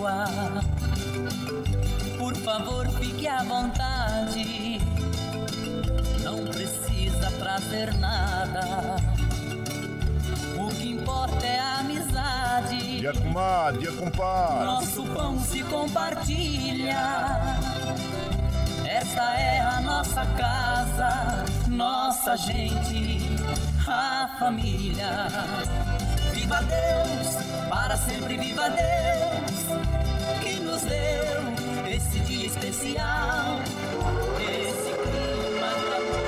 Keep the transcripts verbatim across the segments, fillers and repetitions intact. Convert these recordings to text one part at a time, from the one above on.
sua. Por favor, fique à vontade, não precisa trazer nada. O que importa é a amizade. Dia comadre, dia compadre. Nosso pão se compartilha. Esta é a nossa casa, nossa gente, a família. Viva Deus, para sempre viva Deus, que nos deu esse dia especial, esse clima de amor.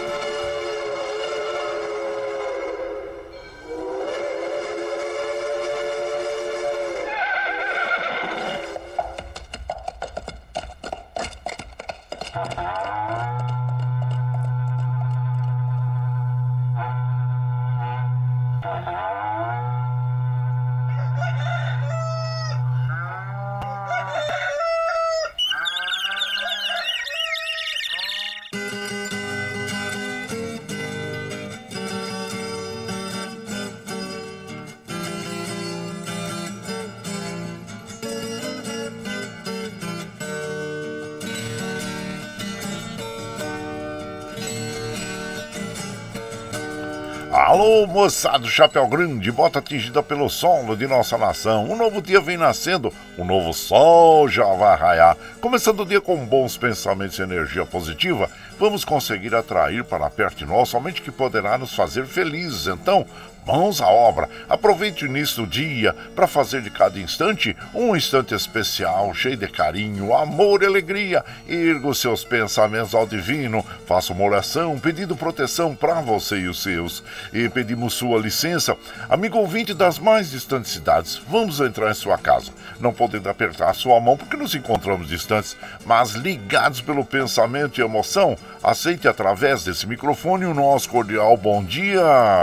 Alô, moçada do Chapéu Grande, bota atingida pelo solo de nossa nação. Um novo dia vem nascendo, um novo sol já vai raiar. Começando o dia com bons pensamentos e energia positiva, vamos conseguir atrair para perto de nós somente que poderá nos fazer felizes. Então, mãos à obra. Aproveite o início do dia para fazer de cada instante um instante especial, cheio de carinho, amor e alegria. Erga os seus pensamentos ao divino, faça uma oração pedindo proteção para você e os seus. E pedimos sua licença, amigo ouvinte das mais distantes cidades, vamos entrar em sua casa. Não podendo apertar sua mão porque nos encontramos distantes, mas ligados pelo pensamento e emoção, aceite através desse microfone o nosso cordial bom dia.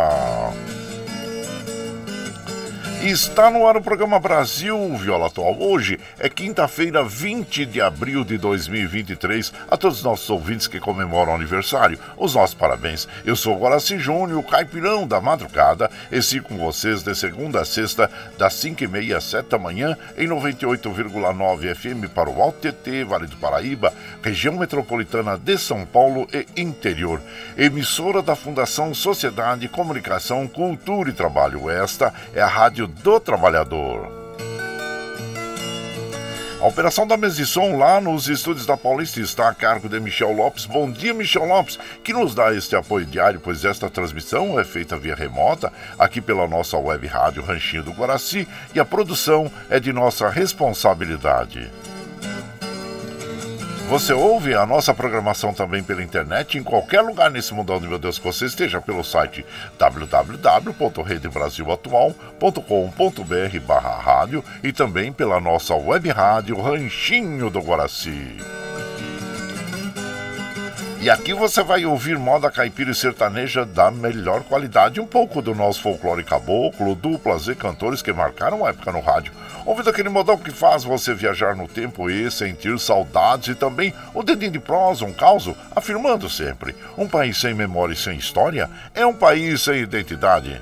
Está no ar o programa Brasil Viola Atual. Hoje é quinta-feira, vinte de abril de dois mil e vinte e três. A todos os nossos ouvintes que comemoram o aniversário, os nossos parabéns. Eu sou o Guaraci Júnior, o caipirão da madrugada, e sigo com vocês de segunda a sexta, das cinco e meia às sete da manhã, em noventa e oito vírgula nove F M para o Alto Tietê, Vale do Paraíba, região metropolitana de São Paulo e interior. Emissora da Fundação Sociedade, Comunicação, Cultura e Trabalho. Esta é a Rádio do Trabalhador. A operação da mesa de som lá nos estúdios da Paulista está a cargo de Michel Lopes. Bom dia, Michel Lopes, que nos dá este apoio diário, pois esta transmissão é feita via remota, aqui pela nossa web rádio Ranchinho do Guaraci, e a produção é de nossa responsabilidade. Você ouve a nossa programação também pela internet, em qualquer lugar nesse mundão de meu Deus que você esteja, pelo site w w w ponto rede brasil atual ponto com ponto b r barra rádio e também pela nossa web rádio Ranchinho do Guaraci. E aqui você vai ouvir moda caipira e sertaneja da melhor qualidade, um pouco do nosso folclore caboclo, duplas e cantores que marcaram a época no rádio. Ouvindo aquele modão que faz você viajar no tempo e sentir saudades, e também o dedinho de prosa, um causo, afirmando sempre: um país sem memória e sem história é um país sem identidade.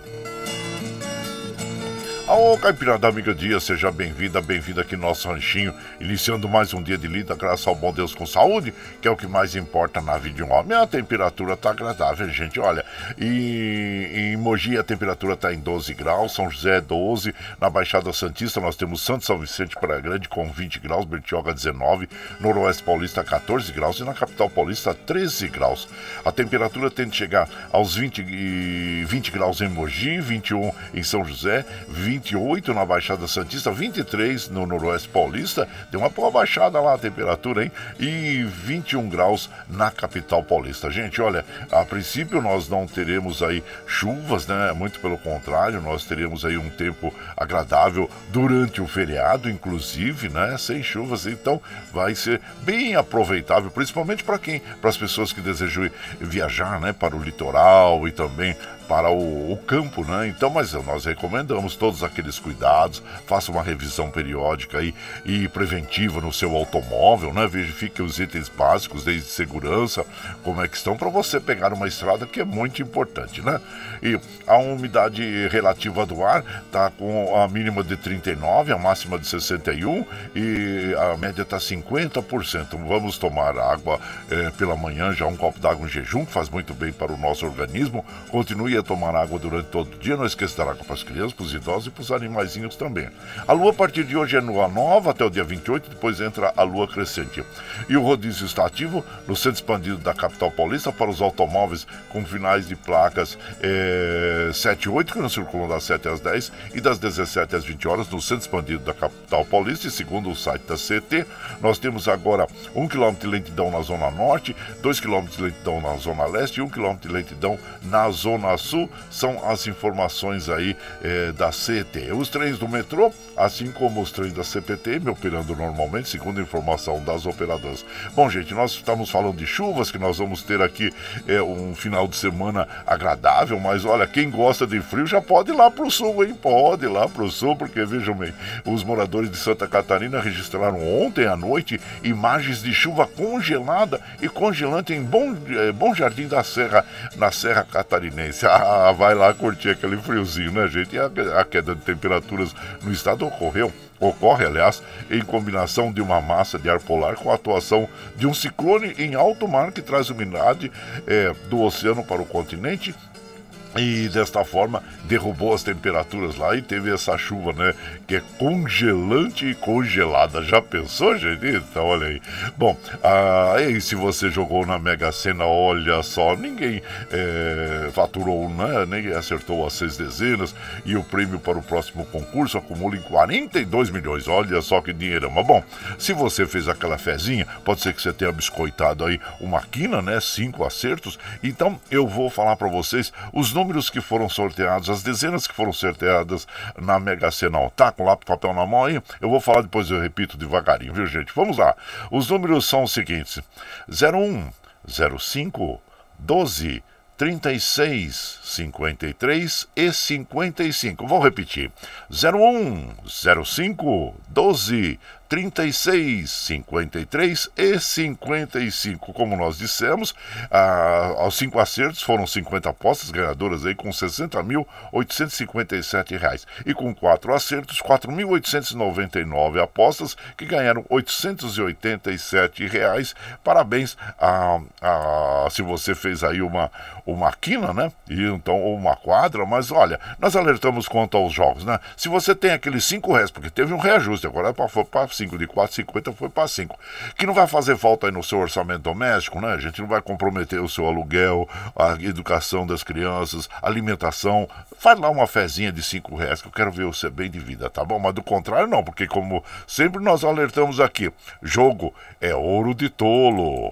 Ô caipira da amiga dia, seja bem-vinda, bem-vinda aqui no nosso ranchinho, iniciando mais um dia de lida, graças ao bom Deus com saúde, que é o que mais importa na vida de um homem. A temperatura tá agradável, gente, olha, e em Mogi a temperatura tá em doze graus, São José doze, na Baixada Santista nós temos Santo São Vicente Praia Grande com vinte graus, Bertioga dezenove, Noroeste Paulista catorze graus e na Capital Paulista treze graus. A temperatura tende a chegar aos vinte, vinte graus em Mogi, vinte e um em São José, vinte e oito na Baixada Santista, vinte e três no Noroeste Paulista, deu uma boa baixada lá a temperatura, hein? E vinte e um graus na Capital Paulista. Gente, olha, a princípio nós não teremos aí chuvas, né? Muito pelo contrário, nós teremos aí um tempo agradável durante o feriado, inclusive, né? Sem chuvas, então vai ser bem aproveitável, principalmente para quem? Para as pessoas que desejam viajar, né? Para o litoral e também para o, o campo, né? Então, mas nós recomendamos todos aqueles cuidados, faça uma revisão periódica aí, e preventiva no seu automóvel, né? Verifique os itens básicos desde segurança, como é que estão, para você pegar uma estrada, que é muito importante, né? E a umidade relativa do ar tá com a mínima de trinta e nove, a máxima de sessenta e um e a média está cinquenta por cento. Vamos tomar água eh, pela manhã, já um copo d'água em jejum, que faz muito bem para o nosso organismo. Continue a tomar água durante todo o dia, não esqueça da água para as crianças, para os idosos e para os animaizinhos também. A lua a partir de hoje é lua nova até o dia vinte e oito, depois entra a lua crescente. E o rodízio está ativo no centro expandido da capital paulista para os automóveis com finais de placas eh, sete e oito, que não circulam das sete às dez e das dezessete às vinte horas no centro expandido da capital paulista. E segundo o site da C T, nós temos agora um quilômetro de lentidão na zona norte, dois quilômetros de lentidão na zona leste e um quilômetro de lentidão na zona sul. São as informações aí eh, da C T. Os trens do metrô, assim como os trens da C P T, me operando normalmente, segundo a informação das operadoras. Bom, gente, nós estamos falando de chuvas, que nós vamos ter aqui é, um final de semana agradável, mas olha, quem gosta de frio já pode ir lá pro sul, hein? Pode ir lá pro sul, porque vejam bem, os moradores de Santa Catarina registraram ontem à noite imagens de chuva congelada e congelante em Bom, é, Bom Jardim da Serra, na Serra Catarinense. Ah, vai lá curtir aquele friozinho, né, gente? E a, a queda de temperaturas no estado ocorreu Ocorre, aliás, em combinação de uma massa de ar polar com a atuação de um ciclone em alto mar que traz umidade é, do oceano para o continente. E desta forma derrubou as temperaturas lá e teve essa chuva, né? Que é congelante e congelada. Já pensou, gente? Então, olha aí. Bom, ah, e se você jogou na Mega Sena, olha só, ninguém é, faturou, né? Nem acertou as seis dezenas. E o prêmio para o próximo concurso acumula em quarenta e dois milhões. Olha só que dinheiro. Mas bom, se você fez aquela fezinha, pode ser que você tenha biscoitado aí uma quina, né? Cinco acertos. Então, eu vou falar para vocês os números números que foram sorteados, as dezenas que foram sorteadas na Mega Sena. Tá com lápis e papel na mão aí? Eu vou falar depois, eu repito devagarinho, viu, gente? Vamos lá. Os números são os seguintes: zero um, zero cinco, doze, trinta e seis, cinquenta e três e cinquenta e cinco. Vou repetir: zero um, zero cinco, doze, trinta e seis, cinquenta e três e cinquenta e cinco. Como nós dissemos, ah, aos cinco acertos foram cinquenta apostas ganhadoras aí com sessenta mil oitocentos e cinquenta e sete reais. E com quatro acertos, quatro mil oitocentos e noventa e nove apostas que ganharam oitocentos e oitenta e sete reais. Parabéns a, a, se você fez aí uma, uma quina, né? E, então, ou uma quadra, mas olha, nós alertamos quanto aos jogos, né? Se você tem aqueles cinco reais, porque teve um reajuste, agora é para cinco, de quatro e cinquenta foi para cinco, que não vai fazer falta aí no seu orçamento doméstico, né? A gente não vai comprometer o seu aluguel, a educação das crianças, alimentação. Faz lá uma fezinha de cinco reais que eu quero ver você bem de vida, tá bom? Mas do contrário não, porque como sempre nós alertamos aqui, jogo é ouro de tolo.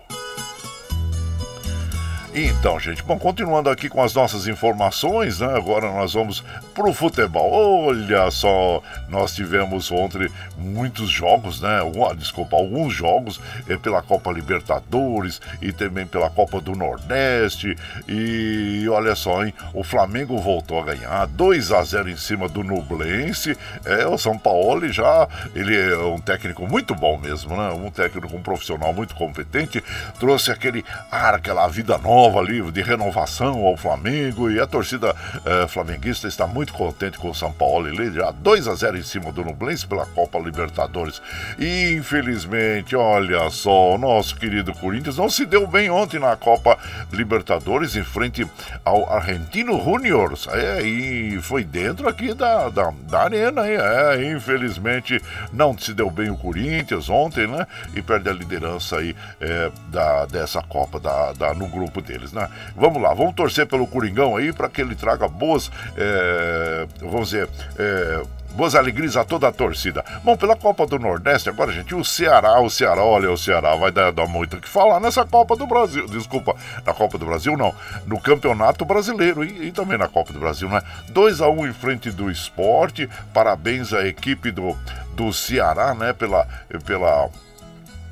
Então, gente, bom, continuando aqui com as nossas informações, né? Agora nós vamos pro futebol. Olha só, nós tivemos ontem muitos jogos, né? Desculpa, alguns jogos é, pela Copa Libertadores e também pela Copa do Nordeste. E olha só, hein? O Flamengo voltou a ganhar dois a zero em cima do Nublense. É, o São Paulo já, ele é um técnico muito bom mesmo, né? Um técnico, um profissional muito competente. Trouxe aquele ar, aquela vida nova ali, de renovação ao Flamengo, e a torcida eh, flamenguista está muito contente com o São Paulo, ele já dois a zero em cima do Nublense pela Copa Libertadores. E infelizmente, olha só, o nosso querido Corinthians não se deu bem ontem na Copa Libertadores em frente ao Argentino Juniors, é, e foi dentro aqui da, da, da arena, é, infelizmente não se deu bem o Corinthians ontem, né, e perde a liderança aí é, da, dessa Copa da, da, no grupo dele. Né? Vamos lá, vamos torcer pelo Coringão aí para que ele traga boas, é, vamos dizer, é, boas alegrias a toda a torcida. Bom, pela Copa do Nordeste, agora, gente, o Ceará, o Ceará, olha, o Ceará vai dar, dar muito o que falar nessa Copa do Brasil, desculpa, na Copa do Brasil não, no Campeonato Brasileiro e, e também na Copa do Brasil, né? dois a um em frente do Sport, parabéns à equipe do, do Ceará, né, pela... pela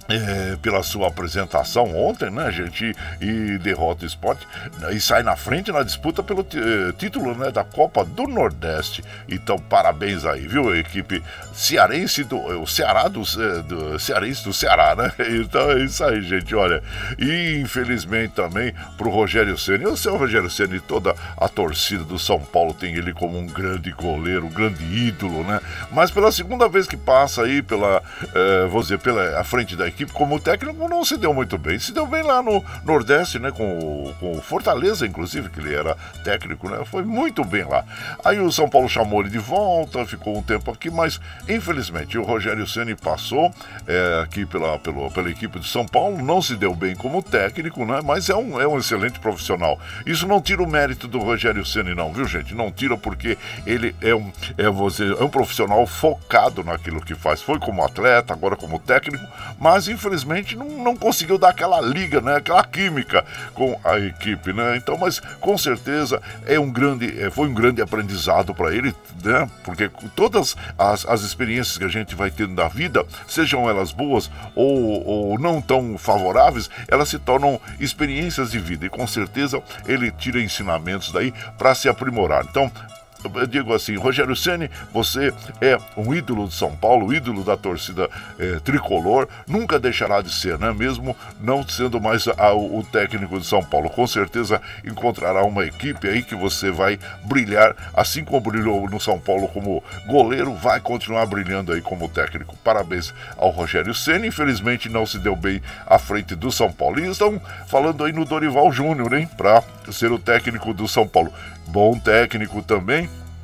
É, pela sua apresentação ontem, né, gente, e, e derrota o Sport e sai na frente na disputa pelo t- título, né, da Copa do Nordeste. Então, parabéns aí, viu, a equipe cearense do o Ceará do, do cearense do Ceará, né? Então é isso aí, gente, olha. E infelizmente também pro Rogério Ceni, o seu Rogério Ceni e toda a torcida do São Paulo tem ele como um grande goleiro, um grande ídolo, né? Mas pela segunda vez que passa aí pela, é, vou dizer, pela à frente da equipe como técnico, não se deu muito bem. Se deu bem lá no Nordeste, né? Com o, com o Fortaleza, inclusive, que ele era técnico, né? Foi muito bem lá. Aí o São Paulo chamou ele de volta, ficou um tempo aqui, mas infelizmente o Rogério Ceni passou é, aqui pela, pela, pela equipe de São Paulo, não se deu bem como técnico, né? Mas é um, é um excelente profissional. Isso não tira o mérito do Rogério Ceni, não, viu, gente? Não tira porque ele é um, é, você, é um profissional focado naquilo que faz. Foi como atleta, agora como técnico, mas infelizmente não, não conseguiu dar aquela liga, né? Aquela química com a equipe, né? Então, mas com certeza é um grande, foi um grande aprendizado para ele, né? Porque todas as, as experiências que a gente vai tendo na vida, sejam elas boas ou, ou não tão favoráveis, elas se tornam experiências de vida e com certeza ele tira ensinamentos daí para se aprimorar. Então, eu digo assim, Rogério Ceni, você é um ídolo de São Paulo, ídolo da torcida é, tricolor, nunca deixará de ser, né? Mesmo não sendo mais a, o técnico de São Paulo. Com certeza encontrará uma equipe aí que você vai brilhar, assim como brilhou no São Paulo como goleiro, vai continuar brilhando aí como técnico. Parabéns ao Rogério Ceni, infelizmente não se deu bem à frente do São Paulo. E estão falando aí no Dorival Júnior, hein? Para ser o técnico do São Paulo. Bom técnico também.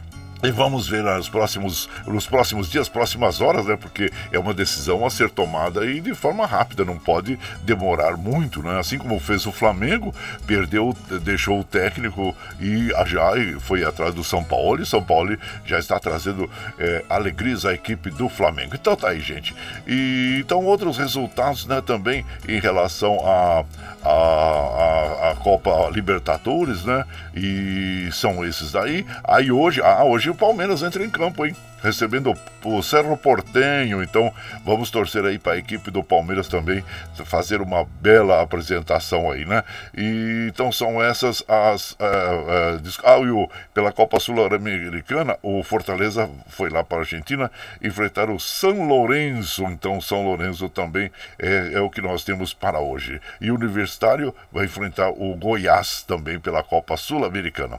E vamos ver nos próximos, nos próximos dias, próximas horas, né? Porque é uma decisão a ser tomada e de forma rápida, não pode demorar muito, né? Assim como fez o Flamengo, perdeu, deixou o técnico e já foi atrás do São Paulo, e São Paulo já está trazendo é, alegrias à equipe do Flamengo. Então tá aí, gente. E então outros resultados, né? Também em relação a a, a, a Copa Libertadores, né? E são esses daí. Aí hoje, ah, hoje o Palmeiras entra em campo, hein? Recebendo o Cerro Porteño, então vamos torcer aí para a equipe do Palmeiras também fazer uma bela apresentação aí, né? E então são essas as uh, uh, ah, e o, pela Copa Sul-Americana, o Fortaleza foi lá para a Argentina enfrentar o São Lourenço, então São Lourenço também é, é o que nós temos para hoje. E o Universitário vai enfrentar o Goiás também pela Copa Sul-Americana.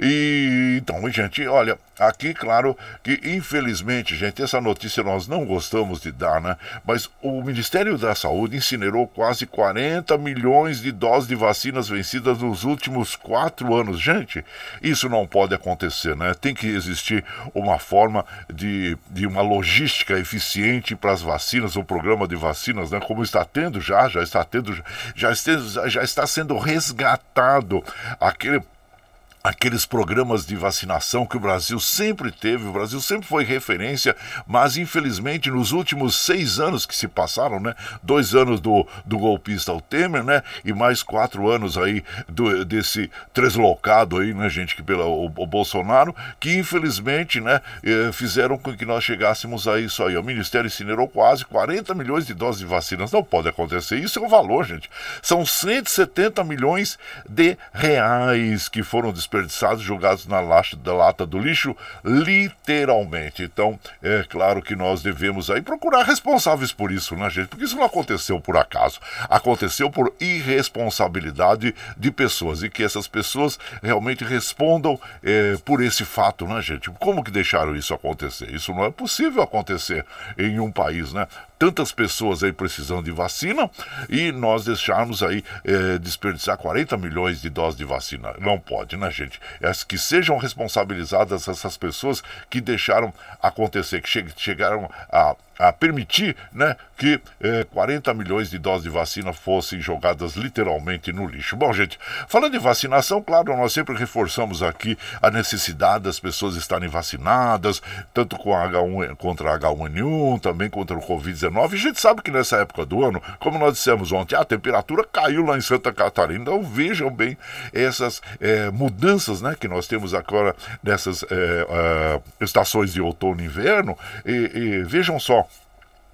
E então, gente, olha, aqui claro que infelizmente, gente, essa notícia nós não gostamos de dar, né? Mas o Ministério da Saúde incinerou quase quarenta milhões de doses de vacinas vencidas nos últimos quatro anos. Gente, isso não pode acontecer, né? Tem que existir uma forma de, de uma logística eficiente para as vacinas, um programa de vacinas, né? Como está tendo já, já está tendo, já está, já está sendo resgatado aquele aqueles programas de vacinação que o Brasil sempre teve, o Brasil sempre foi referência, mas infelizmente nos últimos seis anos que se passaram, né, dois anos do, do golpista o Temer, né, e mais quatro anos aí do, desse deslocado aí, né, gente, que pela, o, o Bolsonaro, que infelizmente, né, eh, fizeram com que nós chegássemos a isso aí. O Ministério incinerou quase quarenta milhões de doses de vacinas. Não pode acontecer, isso é o valor, gente. São cento e setenta milhões de reais que foram desperdiçados desperdiçados, jogados na lata, da lata do lixo, literalmente. Então, é claro que nós devemos aí procurar responsáveis por isso, né, gente? Porque isso não aconteceu por acaso. Aconteceu por irresponsabilidade de pessoas e que essas pessoas realmente respondam é, por esse fato, né, gente? Como que deixaram isso acontecer? Isso não é possível acontecer em um país, né? Tantas pessoas aí precisando de vacina e nós deixarmos aí é, desperdiçar quarenta milhões de doses de vacina. Não pode, né, gente? É que sejam responsabilizadas essas pessoas que deixaram acontecer, que che- chegaram a, a permitir, né, que é, quarenta milhões de doses de vacina fossem jogadas literalmente no lixo. Bom, gente, falando de vacinação, claro, nós sempre reforçamos aqui a necessidade das pessoas estarem vacinadas, tanto com a H um, contra a H um N um, também contra o covid dezenove. A gente sabe que nessa época do ano, como nós dissemos ontem, a temperatura caiu lá em Santa Catarina. Então vejam bem essas é, mudanças, né, que nós temos agora nessas é, é, estações de outono e inverno. E, e vejam só,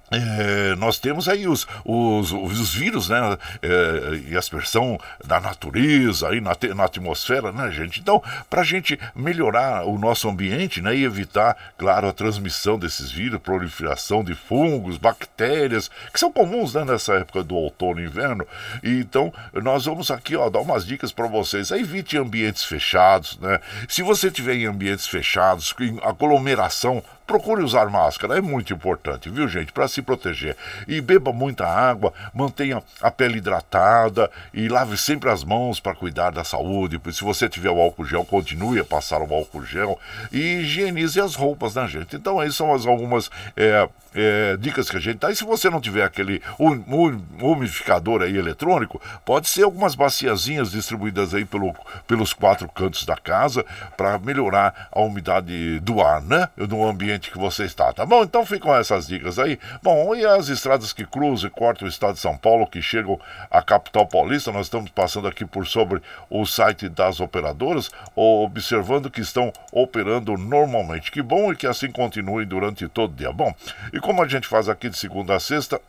É, nós temos aí os, os, os vírus, né? É, e a aspersão da natureza aí na, te, na atmosfera, né, gente? Então, para a gente melhorar o nosso ambiente, né? E evitar, claro, a transmissão desses vírus, proliferação de fungos, bactérias, que são comuns, né, nessa época do outono e inverno. E, então, nós vamos aqui, ó, dar umas dicas para vocês. Evite ambientes fechados, né? Se você tiver em ambientes fechados, em aglomeração, procure usar máscara, é muito importante, viu, gente? Para se proteger. E beba muita água, mantenha a pele hidratada e lave sempre as mãos para cuidar da saúde. Se você tiver o álcool gel, continue a passar o álcool gel e higienize as roupas, né, gente? Então, aí são as, algumas é, é, dicas que a gente dá. E se você não tiver aquele um, um, umidificador aí eletrônico, pode ser algumas baciazinhas distribuídas aí pelo, pelos quatro cantos da casa para melhorar a umidade do ar, né? No ambiente que você está, tá bom? Então ficam essas dicas aí. Bom, e as estradas que cruzam e cortam o estado de São Paulo, que chegam à capital paulista, nós estamos passando aqui por sobre o site das operadoras, observando que estão operando normalmente. Que bom e que assim continue durante todo o dia. Bom, e como a gente faz aqui de segunda a sexta...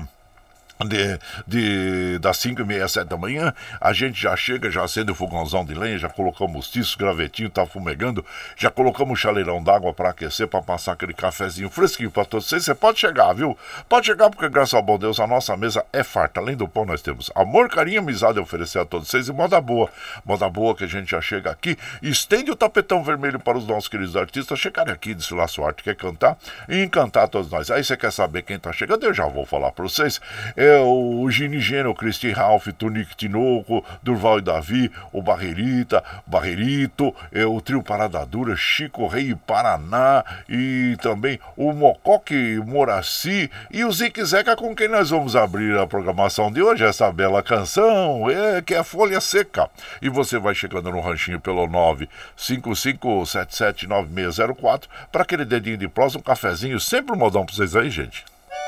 De, de, das cinco e meia às sete da manhã, a gente já chega, já acende o fogãozão de lenha, já colocamos tiço, gravetinho, tá fumegando, já colocamos o chaleirão d'água para aquecer, para passar aquele cafezinho fresquinho para todos vocês. Você pode chegar, viu? Pode chegar, porque graças ao bom Deus a nossa mesa é farta. Além do pão, nós temos amor, carinho, amizade a oferecer a todos vocês e moda boa. Moda boa que a gente já chega aqui, estende o tapetão vermelho para os nossos queridos artistas chegarem aqui, desfilar sua arte, quer cantar e encantar todos nós. Aí você quer saber quem tá chegando? Eu já vou falar para vocês. É o Gini Gênero, o Cristi Ralph, Tonico Tinoco, Durval e Davi, o Barreirita, Barreirito, é o Trio Parada Dura, Chico Rei e Paraná, e também o Mocoque Moraci e o Zique Zeca, com quem nós vamos abrir a programação de hoje, essa bela canção, é, que é Folha Seca. E você vai chegando no ranchinho pelo nove cinco cinco sete sete nove seis zero quatro para aquele dedinho de prosa, um cafezinho, sempre um modão pra vocês aí, gente.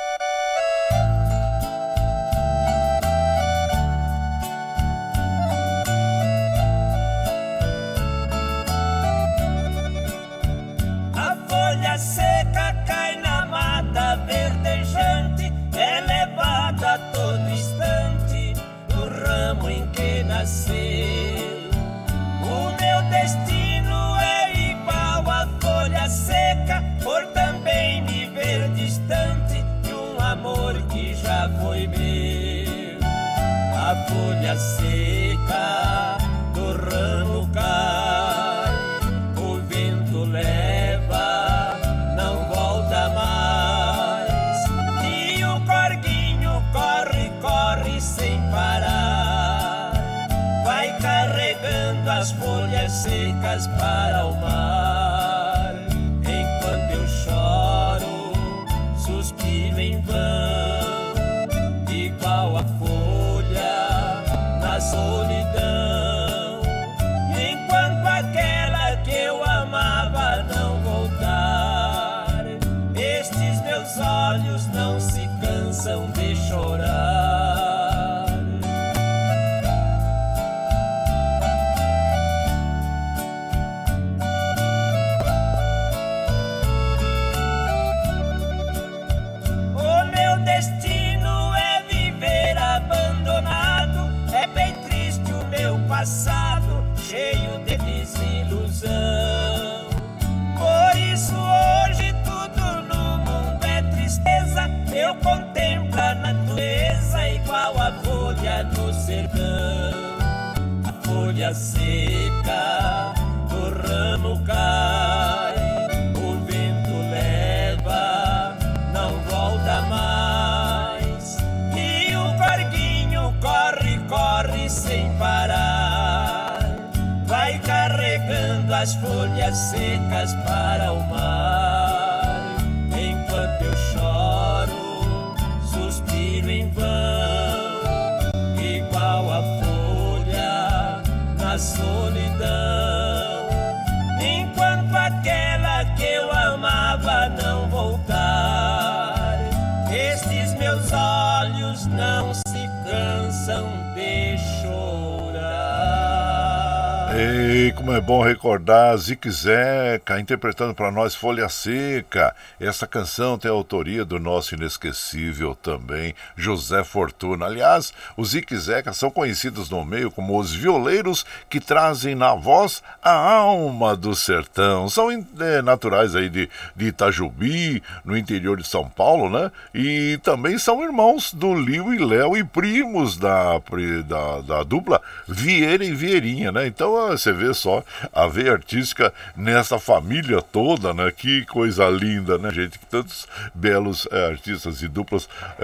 Seca cai na mata verdejante, é levada a todo instante do ramo em que nasceu. O meu destino é igual à folha seca, por também me ver distante de um amor que já foi meu. A folha seca do ramo cai, o vento leva, sem parar, vai carregando as folhas secas para o mar. Enquanto eu choro, suspiro em vão, igual a folha na solidão. Enquanto aquela que eu amava não voltar, estes meus olhos não se cansam de chorar. Passado cheio de desilusão. Por isso hoje tudo no mundo é tristeza. Eu contemplo a natureza igual a folha do sertão. A folha seca do ramo cai, o vento leva, não volta mais. E o corguinho corre, corre sem parar, carregando as folhas secas para o mar. Enquanto eu choro, suspiro em vão, igual a folha na solidão. Enquanto aquela que eu amava não voltar, estes meus olhos não se cansam de chorar. E como Como é bom recordar Zique Zeca interpretando para nós Folha Seca. Essa canção tem a autoria do nosso inesquecível também José Fortuna. Aliás, os Zique Zeca são conhecidos no meio como os violeiros que trazem na voz a alma do sertão. São é, naturais aí de, de Itajubi, no interior de São Paulo, né? E também são irmãos do Lio e Léo e primos da, da, da dupla Vieira e Vieirinha, né? Então você vê só a veia artística nessa família toda, né? Que coisa linda, né, gente? Que tantos belos é, artistas e duplas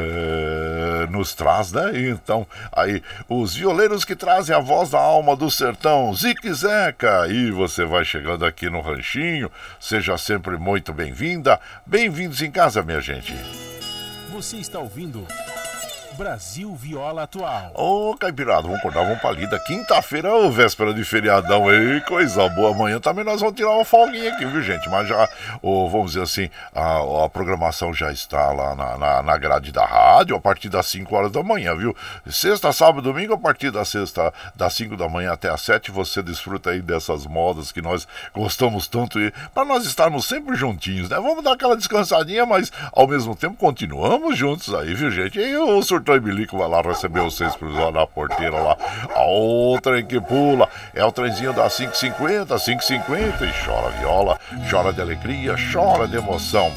é, nos traz, né? E então, aí, os violeiros que trazem a voz da alma do sertão, Zique Zeca. E você vai chegando aqui no Ranchinho, seja sempre muito bem-vinda. Bem-vindos em casa, minha gente. Você está ouvindo Brasil Viola Atual. Ô, oh, Caipirada, vamos acordar, vamos pra lida. Quinta-feira, ô, véspera de feriadão aí, coisa boa. Amanhã também nós vamos tirar uma folguinha aqui, viu, gente? Mas já, oh, vamos dizer assim, a, a programação já está lá na, na, na grade da rádio a partir das cinco horas da manhã, viu? Sexta, sábado, domingo, a partir da sexta, das cinco da manhã até as sete, você desfruta aí dessas modas que nós gostamos tanto e para nós estarmos sempre juntinhos, né? Vamos dar aquela descansadinha, mas ao mesmo tempo continuamos juntos aí, viu, gente? E o surto e Bilico vai lá receber vocês na porteira lá. A outra que pula é o trenzinho das cinco e cinquenta, cinco e cinquenta e chora viola, chora de alegria, chora de emoção.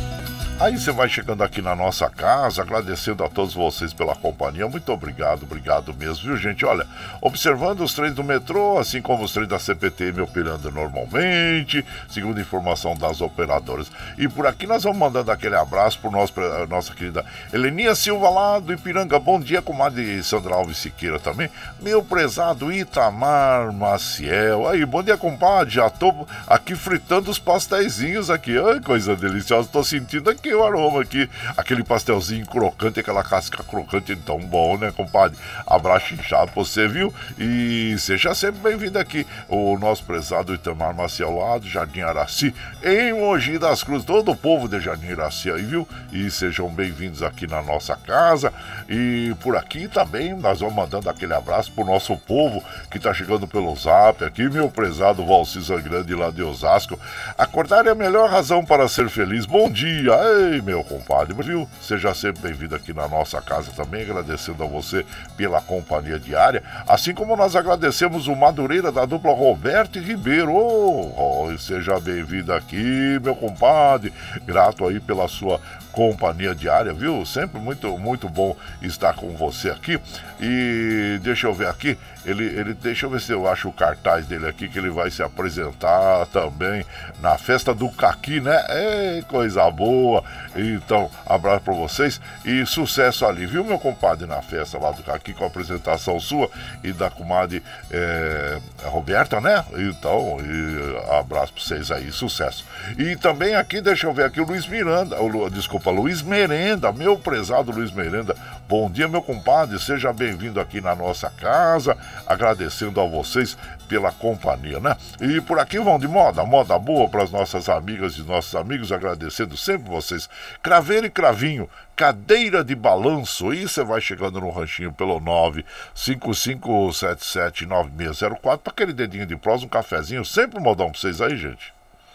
Aí você vai chegando aqui na nossa casa, agradecendo a todos vocês pela companhia. Muito obrigado, obrigado mesmo, viu, gente? Olha, observando os trens do metrô, assim como os trens da C P T M operando normalmente, segundo informação das operadoras. E por aqui nós vamos mandando aquele abraço para a nossa querida Heleninha Silva lá do Ipiranga. Bom dia, comadre Sandra Alves Siqueira também. Meu prezado Itamar Maciel. Aí, bom dia, compadre. Já tô aqui fritando os pastéisinhos aqui. Ai, coisa deliciosa. Tô sentindo aqui o aroma aqui, aquele pastelzinho crocante, aquela casca crocante tão bom, né, compadre? Abraço inchado pra você, viu? E seja sempre bem-vindo aqui, o nosso prezado Itamar Maciel lá do Jardim Araci, em Mogi das Cruzes, todo o povo de Jardim Araci aí, viu? E sejam bem-vindos aqui na nossa casa. E por aqui também nós vamos mandando aquele abraço pro nosso povo que tá chegando pelo zap aqui, meu prezado Valcisa Grande lá de Osasco. Acordar é a melhor razão para ser feliz. Bom dia! Ei, meu compadre, viu? Seja sempre bem-vindo aqui na nossa casa também, agradecendo a você pela companhia diária, assim como nós agradecemos o Madureira da dupla Roberto e Ribeiro. Oh, oh, seja bem-vindo aqui, meu compadre, grato aí pela sua companhia diária, viu? Sempre muito, muito bom estar com você aqui. E deixa eu ver aqui, ele, ele, deixa eu ver se eu acho o cartaz dele aqui, que ele vai se apresentar também na festa do Caqui, né? É coisa boa. Então, abraço pra vocês e sucesso ali, viu, meu compadre, na festa lá do Caqui, com a apresentação sua e da comadre é, Roberta, né? Então, e, abraço pra vocês aí, sucesso. E também aqui, deixa eu ver aqui, o Luiz Miranda, o, desculpa, Luiz Merenda, meu prezado Luiz Merenda. Bom dia, meu compadre, seja bem-vindo aqui na nossa casa, agradecendo a vocês pela companhia, né? E por aqui vão de moda, moda boa para as nossas amigas e nossos amigos, agradecendo sempre vocês. Craveiro e Cravinho, cadeira de balanço, e você vai chegando no ranchinho pelo nove cinco cinco sete sete nove seis zero quatro para aquele dedinho de prosa, um cafezinho, sempre um modão pra vocês aí, gente.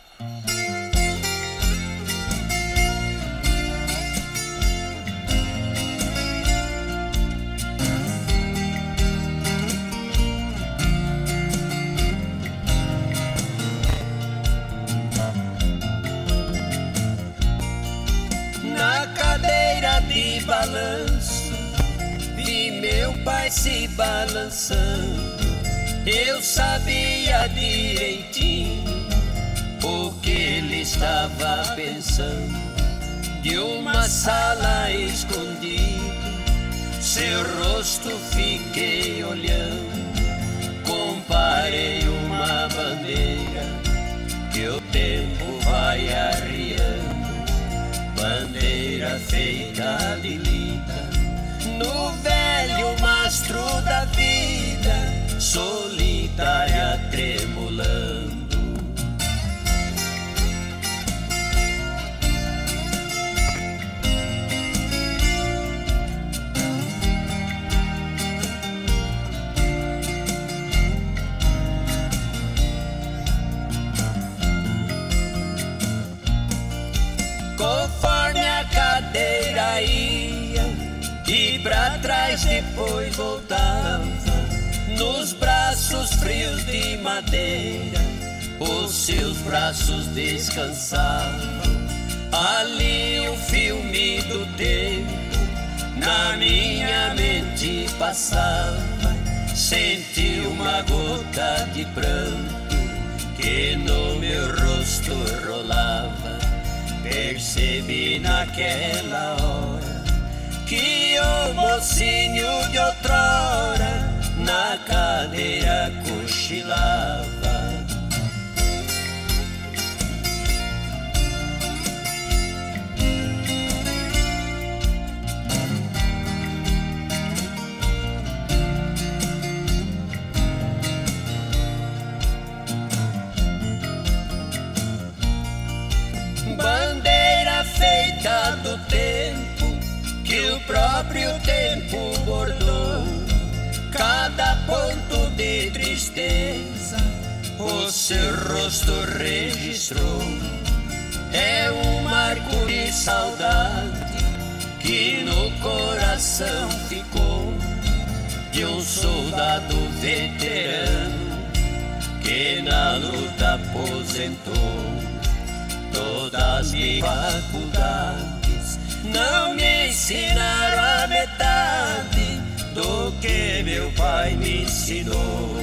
De balanço, vi meu pai se balançando. Eu sabia direitinho o que ele estava pensando. De uma sala escondido, seu rosto fiquei olhando. Comparei uma bandeira que o tempo vai arriando. Bandeira feita de lida, no velho mastro da vida, solitária tremulando. depois voltava nos braços frios de madeira, os seus braços descansavam. Ali o filme do tempo na minha mente passava. Senti uma gota de pranto que no meu rosto rolava. Percebi naquela hora que o mocinho de outrora na cadeira cochilava. Bandeira feita do tempo que o próprio tempo bordou, cada ponto de tristeza o seu rosto registrou. É um marco de saudade que no coração ficou, de um soldado veterano que na luta aposentou. Todas as faculdades não me ensinaram a metade do que meu pai me ensinou.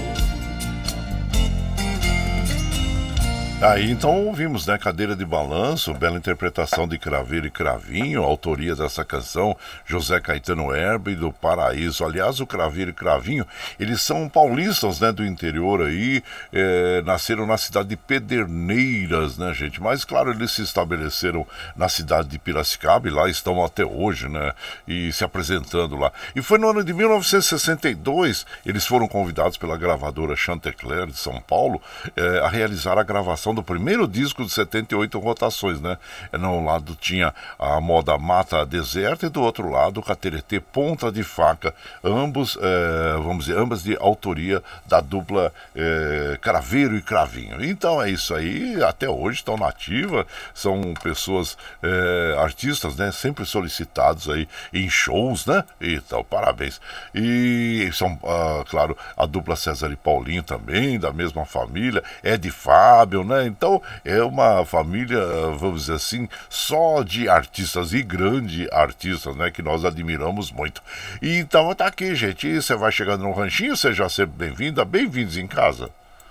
Aí então ouvimos, né, Cadeira de Balanço, bela interpretação de Craveiro e Cravinho, autoria dessa canção, José Caetano Herbe do Paraíso. Aliás, o Craveiro e Cravinho, eles são paulistas, né, do interior aí, é, nasceram na cidade de Pederneiras, né, gente, mas claro, eles se estabeleceram na cidade de Piracicaba e lá estão até hoje, né, e se apresentando lá. E foi no ano de mil novecentos e sessenta e dois, eles foram convidados pela gravadora Chantecler de São Paulo é, a realizar a gravação do primeiro disco de setenta e oito rotações, né? No lado tinha a moda Mata Deserta e do outro lado o Cateretê Ponta de Faca, ambos, é, vamos dizer, ambas de autoria da dupla é, Craveiro e Cravinho. Então é isso aí, até hoje estão na ativa, são pessoas, é, artistas, né? Sempre solicitados aí em shows, né? Então, parabéns. E são, ah, claro, a dupla César e Paulinho também, da mesma família, Ed e Fábio, né? Então é uma família, vamos dizer assim, só de artistas e grandes artistas, né? Que nós admiramos muito. E então tá aqui, gente. E você vai chegando no ranchinho, seja sempre bem-vinda, bem-vindos em casa.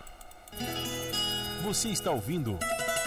Você está ouvindo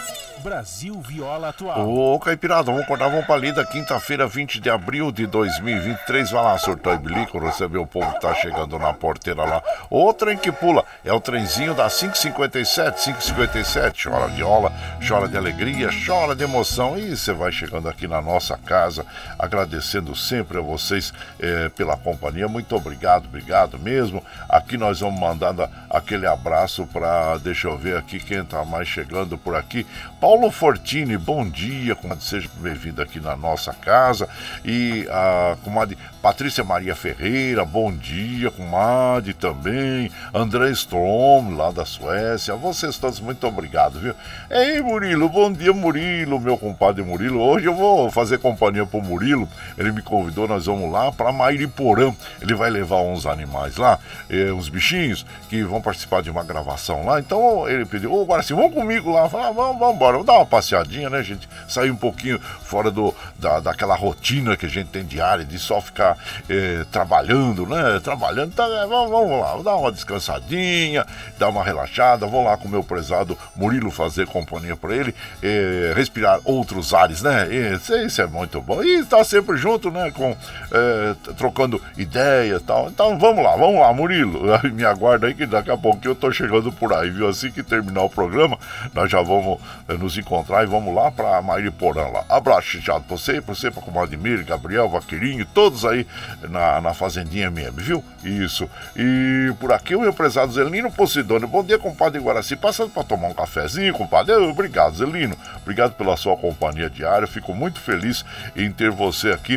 Brasil Viola Atual. Ô, Caipirada, vamos acordar, vamos pra lida, quinta-feira, vinte de abril de dois mil e vinte e três. Vai lá, surtou e bilico, receber o povo que tá chegando na porteira lá. O trem que pula é o trenzinho da cinco e cinquenta e sete, cinco e cinquenta e sete. Chora viola, chora de alegria, chora de emoção. E você vai chegando aqui na nossa casa, agradecendo sempre a vocês eh, pela companhia. Muito obrigado, obrigado mesmo. Aqui nós vamos mandando aquele abraço pra, deixa eu ver aqui quem tá mais chegando por aqui. Paulo Fortini, bom dia, comadre, seja bem-vindo aqui na nossa casa. E a comadre Patrícia Maria Ferreira, bom dia, comadre também. André Strom, lá da Suécia, vocês todos, muito obrigado, viu? Ei, Murilo, bom dia, Murilo, meu compadre Murilo. Hoje eu vou fazer companhia pro Murilo, ele me convidou, nós vamos lá pra Mairiporã. Ele vai levar uns animais lá, eh, uns bichinhos, que vão participar de uma gravação lá. Então ele pediu, ô, agora sim, vamos comigo lá. Falei, ah, vamos, vamos embora. Vamos dar uma passeadinha, né, gente? Sair um pouquinho fora do, da, daquela rotina que a gente tem diária de só ficar eh, trabalhando, né? Trabalhando. Então, é, vamos, vamos lá, vamos dar uma descansadinha, dar uma relaxada. Vamos lá com o meu prezado Murilo fazer companhia para ele, eh, respirar outros ares, né? Isso, isso é muito bom. E estar sempre junto, né? Com, eh, trocando ideias e tal. Então, vamos lá, vamos lá, Murilo. Me aguarda aí que daqui a pouquinho eu tô chegando por aí, viu? Assim que terminar o programa, nós já vamos eh, nos encontrar e vamos lá pra Mairiporã lá. Abraço chateado pra você, pra você, pra comadre Mir, Gabriel, Vaqueirinho, todos aí na, na Fazendinha M M, viu? Isso. E por aqui o meu prezado Zelino Posidônio. Bom dia, compadre Guaraci. Passando pra tomar um cafezinho, compadre. Obrigado, Zelino. Obrigado pela sua companhia diária. Fico muito feliz em ter você aqui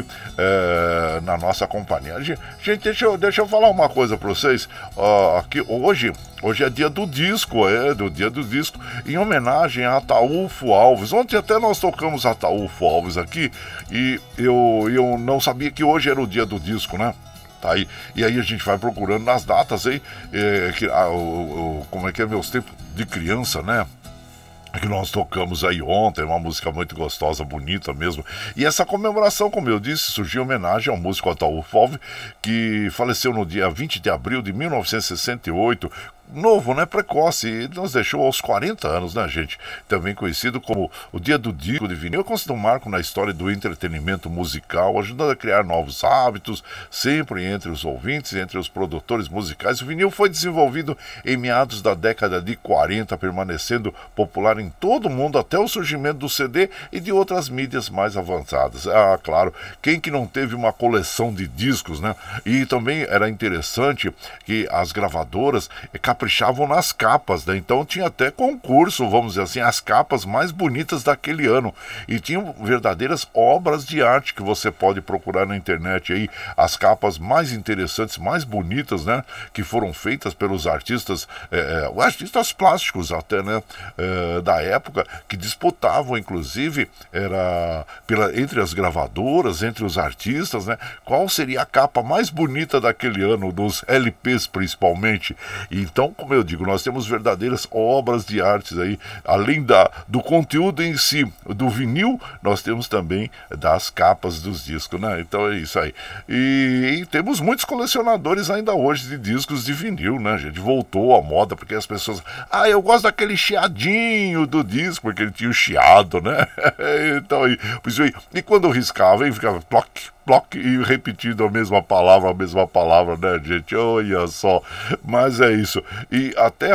eh, na nossa companhia. Gente, deixa eu, deixa eu falar uma coisa pra vocês. Uh, aqui, hoje... Hoje é dia do disco, é, do dia do disco, em homenagem a Ataúfo Alves. Ontem até nós tocamos Ataúfo Alves aqui e eu, eu não sabia que hoje era o dia do disco, né? Tá aí. E aí a gente vai procurando nas datas aí, é, que, ah, o, o, como é que é, meus tempos de criança, né? Que nós tocamos aí ontem, uma música muito gostosa, bonita mesmo. E essa comemoração, como eu disse, surgiu em homenagem ao músico Ataúfo Alves, que faleceu no dia vinte de abril de mil novecentos e sessenta e oito, novo, né? Precoce, e nos deixou aos quarenta anos, né, gente? Também conhecido como o Dia do Disco de Vinil, é considerado um marco na história do entretenimento musical, ajudando a criar novos hábitos, sempre entre os ouvintes e entre os produtores musicais. O vinil foi desenvolvido em meados da década de quarenta, permanecendo popular em todo o mundo até o surgimento do C D e de outras mídias mais avançadas. Ah, claro, quem que não teve uma coleção de discos, né? E também era interessante que as gravadoras caprichavam nas capas, né? Então tinha até concurso, vamos dizer assim, as capas mais bonitas daquele ano, e tinham verdadeiras obras de arte que você pode procurar na internet aí, as capas mais interessantes, mais bonitas, né, que foram feitas pelos artistas, é, artistas plásticos até, né, é, da época, que disputavam, inclusive, era pela, entre as gravadoras, entre os artistas, né, qual seria a capa mais bonita daquele ano, dos L Ps principalmente. Então, como eu digo, nós temos verdadeiras obras de artes aí, além da, do conteúdo em si, do vinil, nós temos também das capas dos discos, né? Então é isso aí. E, e temos muitos colecionadores ainda hoje de discos de vinil, né, gente? Voltou à moda, porque as pessoas, ah, eu gosto daquele chiadinho do disco, porque ele tinha o chiado, né? Então, e, e quando riscava, hein, ficava ploc, bloco e repetindo a mesma palavra, a mesma palavra, né, gente? Olha só, mas é isso. E até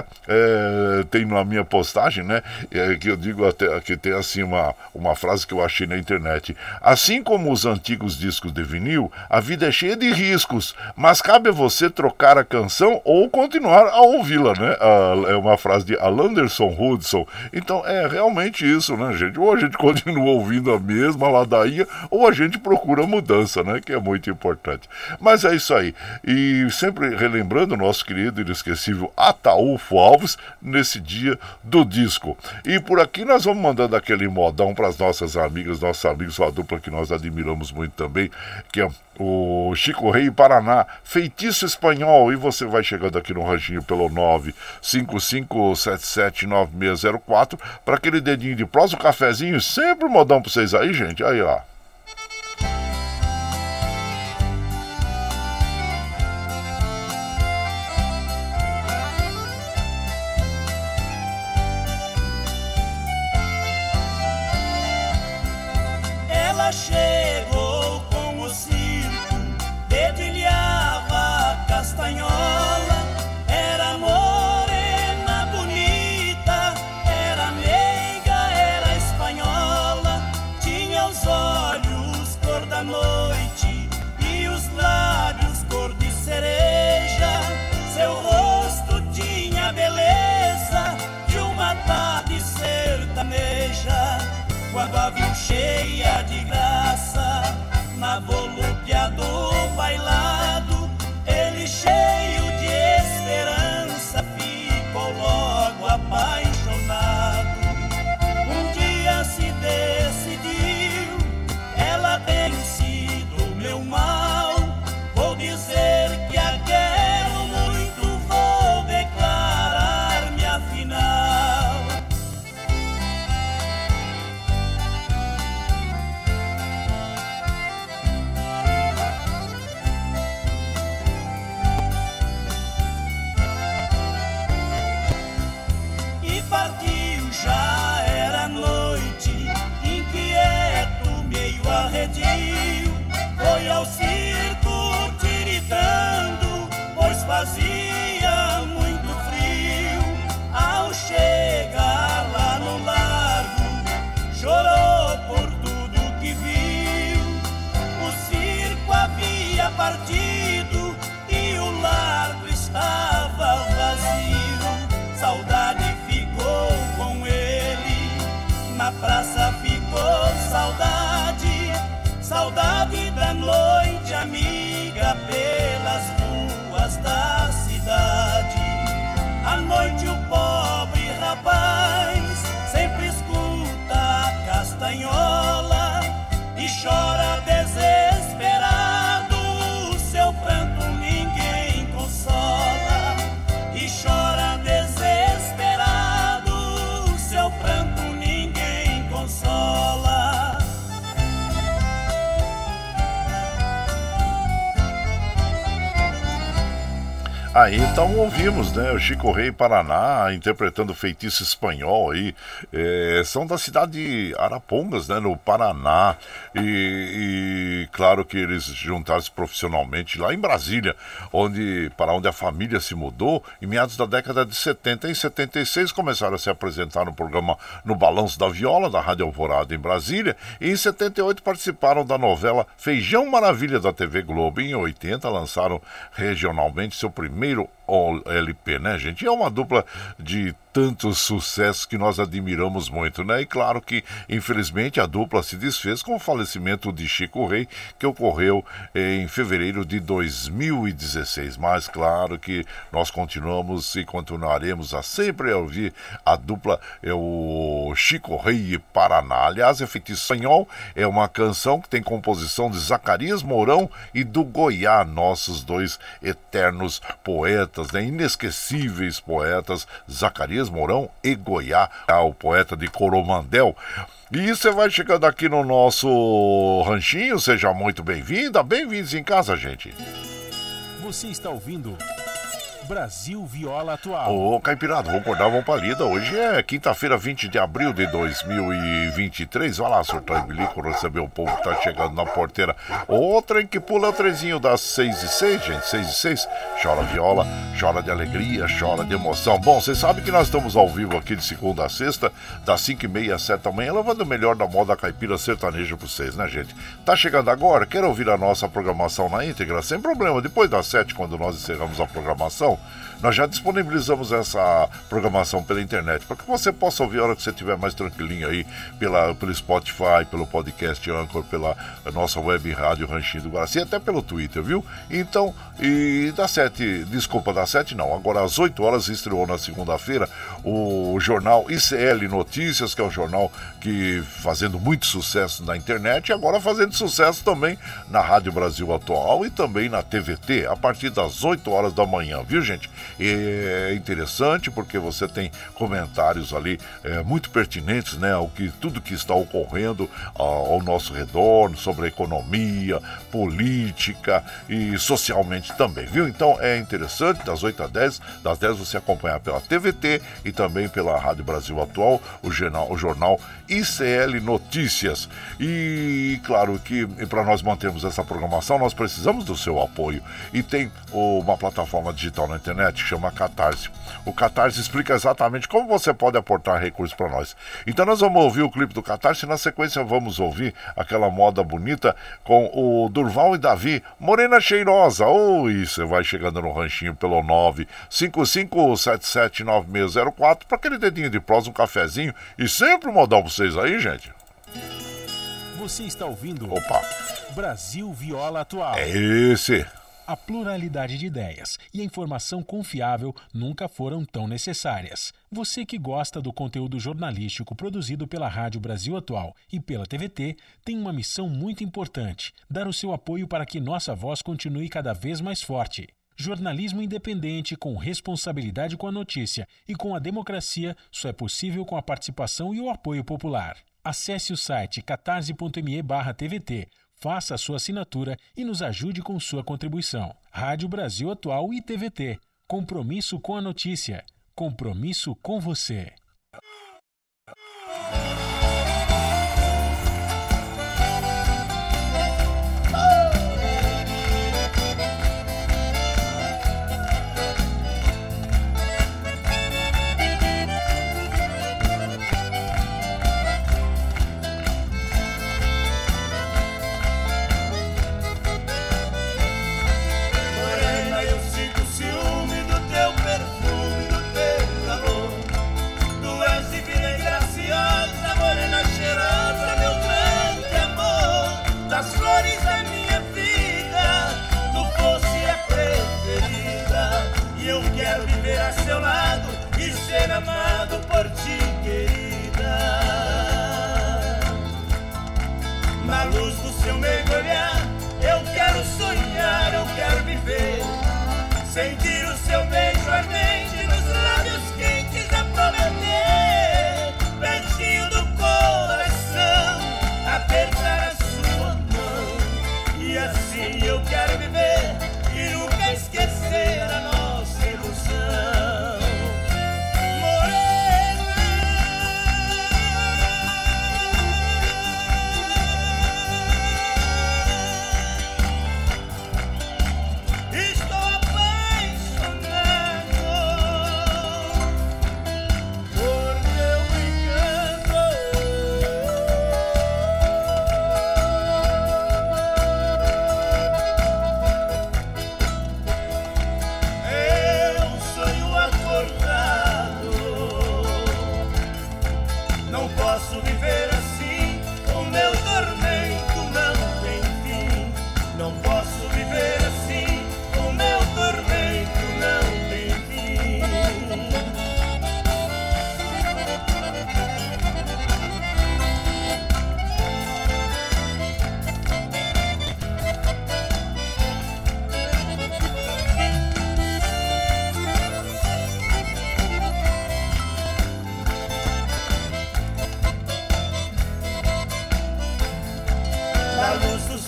é, tem na minha postagem, né, é, que eu digo até que tem assim uma, uma frase que eu achei na internet: assim como os antigos discos de vinil, a vida é cheia de riscos, mas cabe a você trocar a canção ou continuar a ouvi-la, né? Ah, é uma frase de Alanderson Hudson. Então é realmente isso, né, gente? Ou a gente continua ouvindo a mesma ladainha, ou a gente procura mudança, né, que é muito importante. Mas é isso aí. E sempre relembrando o nosso querido e inesquecível Ataúfo Alves nesse dia do disco. E por aqui nós vamos mandando aquele modão para as nossas amigas, nossos amigos, uma dupla que nós admiramos muito também, que é o Chico Rei Paraná, Feitiço Espanhol. E você vai chegando aqui no ranchinho pelo nove cinco cinco sete sete nove seis zero quatro para aquele dedinho de prosa, o cafezinho, sempre modão para vocês aí, gente. Aí, ó. Chegou com o circo, dedilhava castanhola, era morena bonita, era meiga, era espanhola, tinha os olhos cor da noite e os lábios cor de cereja, seu rosto tinha a beleza de uma tarde sertaneja. Quando a viu cheia de graça, na volúpia do bailado, ele cheio de esperança ficou logo apaixonado. Um dia se decidiu, ela tem sido meu mal, vou dizer que a quero muito, vou declarar-me afinal. Já era noite, inquieto, meio arredio, foi ao circo tiritando, pois fazia muito frio. Ao chegar lá no largo, chorou por tudo que viu. O circo havia partido e o largo estava vazio. Saudade ficou com ele, na praça ficou saudade, saudade da noite amiga pelas ruas da cidade. À noite o pobre rapaz sempre escuta a castanhola e chora desesperado, seu pranto Aí então ouvimos, né, o Chico Rei Paraná interpretando Feitiço Espanhol aí, é, são da cidade de Arapongas, né, no Paraná, e, e claro que eles juntaram-se profissionalmente lá em Brasília, onde, para onde a família se mudou, em meados da década de setenta. Em setenta e seis começaram a se apresentar no programa No Balanço da Viola, da Rádio Alvorada em Brasília, e em setenta e oito participaram da novela Feijão Maravilha da T V Globo. Em oitenta lançaram regionalmente seu primeiro L P, né, gente? É uma dupla de tantos sucessos que nós admiramos muito, né? E claro que, infelizmente, a dupla se desfez com o falecimento de Chico Rei, que ocorreu em fevereiro de dois mil e dezesseis. Mas, claro que nós continuamos e continuaremos a sempre ouvir a dupla, é o Chico Rei e Paraná. Aliás, é Feitiço Espanhol, é uma canção que tem composição de Zacarias Mourão e do Goiá, nossos dois eternos poetas, né? Inesquecíveis poetas, Zacarias Mourão e Goiá, o poeta de Coromandel. E você vai chegando aqui no nosso ranchinho, seja muito bem-vinda, bem-vindos em casa, gente. Você está ouvindo Brasil Viola Atual. Ô, Caipirada, vamos acordar, vamos pra lida. Hoje é quinta-feira, vinte de abril de dois mil e vinte e três. Vai lá, surtar e bilico, receber o povo que tá chegando na porteira. O trem que pula é o trezinho das seis e seis, gente, seis e seis. Chora viola, chora de alegria, chora de emoção. Bom, vocês sabem que nós estamos ao vivo aqui de segunda a sexta, das cinco e meia às sete da manhã, levando o melhor da moda caipira sertaneja pra vocês, né, gente? Tá chegando agora? Quer ouvir a nossa programação na íntegra? Sem problema, depois das sete, quando nós encerramos a programação, nós já disponibilizamos essa programação pela internet, para que você possa ouvir a hora que você estiver mais tranquilinho aí, pela, pelo Spotify, pelo podcast Anchor, pela nossa web rádio Ranchinho do Guaraci, até pelo Twitter, viu? Então, e das sete, desculpa, das sete não, agora às oito horas estreou na segunda-feira o jornal I C L Notícias, que é um jornal que fazendo muito sucesso na internet e agora fazendo sucesso também na Rádio Brasil Atual e também na T V T, a partir das oito horas da manhã, viu, gente? É interessante porque você tem comentários ali é, muito pertinentes, né, ao que, tudo que está ocorrendo ao, ao nosso redor, sobre a economia, política e socialmente também, viu? Então é interessante, das oito às dez, das dez você acompanhar pela T V T e também pela Rádio Brasil Atual, o jornal, o jornal I C L Notícias. E claro que para nós mantermos essa programação, nós precisamos do seu apoio. E tem uma plataforma digital na internet que chama Catarse. O Catarse explica exatamente como você pode aportar recursos para nós. Então nós vamos ouvir o clipe do Catarse e na sequência vamos ouvir aquela moda bonita com o Durval e Davi, Morena Cheirosa. Oi, você vai chegando no ranchinho pelo nove cinco cinco sete sete nove seis zero quatro para aquele dedinho de prosa, um cafezinho e sempre um modal para vocês aí, gente. Você está ouvindo Opa. Brasil Viola Atual. É esse. A pluralidade de ideias e a informação confiável nunca foram tão necessárias. Você que gosta do conteúdo jornalístico produzido pela Rádio Brasil Atual e pela T V T tem uma missão muito importante: dar o seu apoio para que nossa voz continue cada vez mais forte. Jornalismo independente, com responsabilidade com a notícia e com a democracia, só é possível com a participação e o apoio popular. Acesse o site catarse ponto me barra T V T. Faça a sua assinatura e nos ajude com sua contribuição. Rádio Brasil Atual e T V T. Compromisso com a notícia. Compromisso com você. Amado por ti, querida. Na luz do seu mergulhar, eu quero sonhar, eu quero viver. Sentir o seu beijo ardente nos lábios quentes a prometer. Pertinho do coração, apertar a sua mão. E assim eu quero viver e nunca esquecer a nossa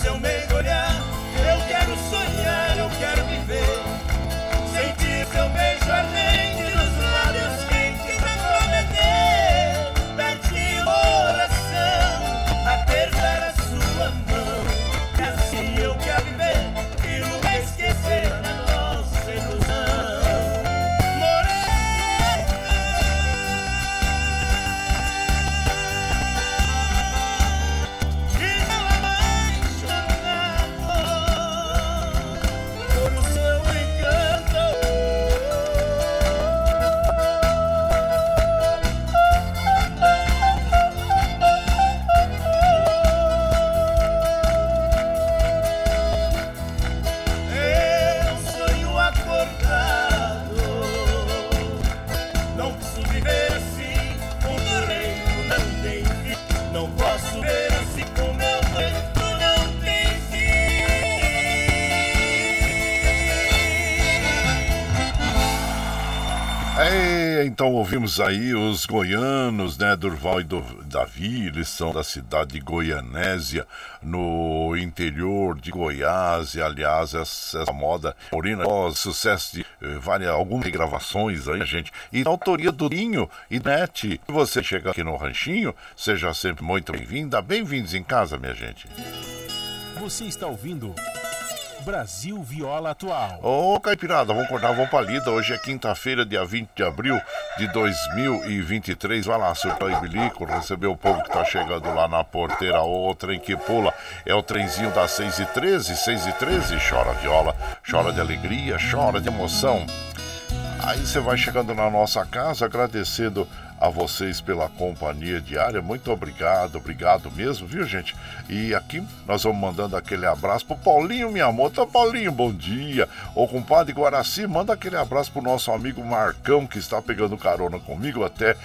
seu mergulhar. Eu quero sonhar, eu quero viver, sentir seu beijo ardente nos lábios quentes pra prometer, pertinho coração, apertar a sua mão. E assim eu quero viver e nunca esquecer a nossa ilusão. Então ouvimos aí os goianos, né, Durval e do, Davi, eles são da cidade de Goianésia, no interior de Goiás, e aliás essa, essa moda morena, ó, sucesso de eh, várias, algumas gravações aí, gente, e na autoria do Dinho e Net. Se você chegar aqui no Ranchinho, seja sempre muito bem-vinda, bem-vindos em casa, minha gente. Você está ouvindo Brasil Viola Atual. Ô, Caipirada, vamos acordar, vamos pra lida. Hoje é quinta-feira, dia vinte de abril de dois mil e vinte e três. Vai lá, surtou e bilico, receber o povo que tá chegando lá na porteira. O trem que pula é o trenzinho das seis e treze, seis e treze. Chora viola, chora de alegria, chora de emoção. Aí você vai chegando na nossa casa, agradecendo a vocês pela companhia diária. Muito obrigado, obrigado mesmo, viu, gente? E aqui nós vamos mandando aquele abraço pro Paulinho, minha moça. Paulinho, bom dia. Ô, compadre Guaraci, manda aquele abraço pro nosso amigo Marcão, que está pegando carona comigo até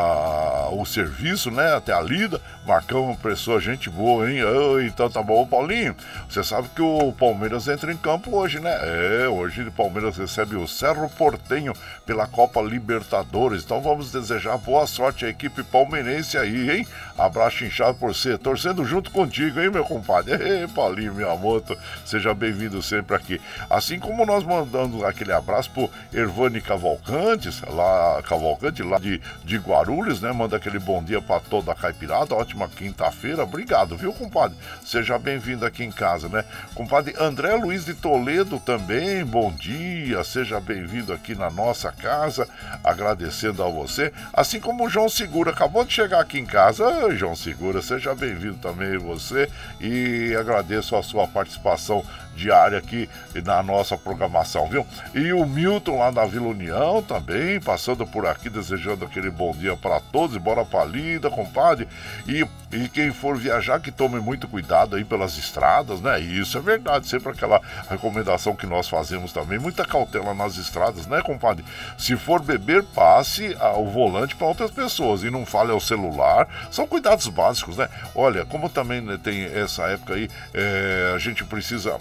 ah, o serviço, né? Até a lida. Marcão é uma pessoa, gente boa, hein? Oh, então tá bom. Ô, Paulinho, você sabe que o Palmeiras entra em campo hoje, né? É, hoje o Palmeiras recebe o Cerro Porteño pela Copa Libertadores. Então vamos desejar boa sorte à equipe palmeirense aí, hein? Abraço inchado por você, torcendo junto contigo, hein, meu compadre? Ei, Paulinho, minha moto, seja bem-vindo sempre aqui. Assim como nós mandamos aquele abraço pro Ervani Cavalcantes, lá, Cavalcante, lá de, de Guarulhos, né? Manda aquele bom dia pra toda a caipirada, ótima quinta-feira, obrigado, viu, compadre? Seja bem-vindo aqui em casa, né? Compadre André Luiz de Toledo também, bom dia, seja bem-vindo aqui na nossa casa, agradecendo a você, assim como o João Segura, acabou de chegar aqui em casa. Oi, João Segura, seja bem-vindo também você, e agradeço a sua participação diária aqui na nossa programação, viu? E o Milton lá da Vila União também, passando por aqui, desejando aquele bom dia para todos, e bora pra lida, compadre. E, e quem for viajar, que tome muito cuidado aí pelas estradas, né? E isso é verdade, sempre aquela recomendação que nós fazemos também, muita cautela nas estradas, né, compadre? Se for beber, passe o volante para outras pessoas e não fale ao celular, são cuidados básicos, né? Olha, como também, né, tem essa época aí, é, a gente precisa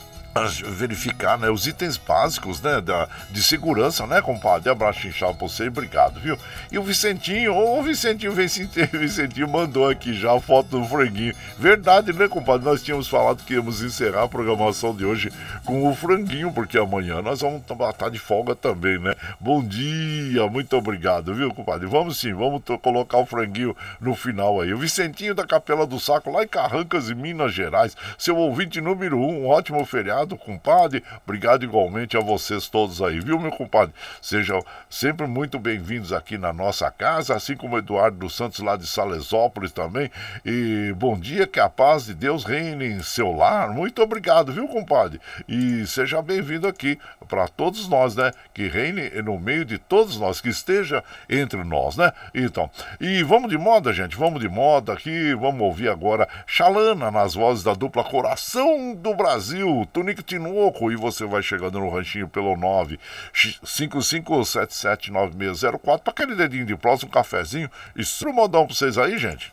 verificar, né, os itens básicos, né, da, de segurança, né, compadre? Abraço inchado pra você e obrigado, viu? E o Vicentinho, ô Vicentinho, Vicentinho, Vicentinho mandou aqui já a foto do franguinho. Verdade, né, compadre? Nós tínhamos falado que íamos encerrar a programação de hoje com o franguinho, porque amanhã nós vamos estar de folga também, né? Bom dia, muito obrigado, viu, compadre? Vamos sim, vamos colocar o franguinho no final aí. O Vicentinho da Capela do Saco, lá em Carrancas, em Minas Gerais, seu ouvinte número um, um ótimo feriado, compadre, obrigado igualmente a vocês todos aí, viu, meu compadre? Sejam sempre muito bem-vindos aqui na nossa casa, assim como o Eduardo dos Santos lá de Salesópolis também, e bom dia, que a paz de Deus reine em seu lar, muito obrigado, viu, compadre? E seja bem-vindo aqui para todos nós, né, que reine no meio de todos nós, que esteja entre nós, né? Então, e vamos de moda, gente, vamos de moda aqui, vamos ouvir agora Xalana nas vozes da dupla Coração do Brasil, Tunico Tinoco, e você vai chegando no ranchinho pelo nove cinco cinco sete sete nove seis zero quatro para aquele dedinho de próximo, um cafezinho e um modão pra vocês aí, gente.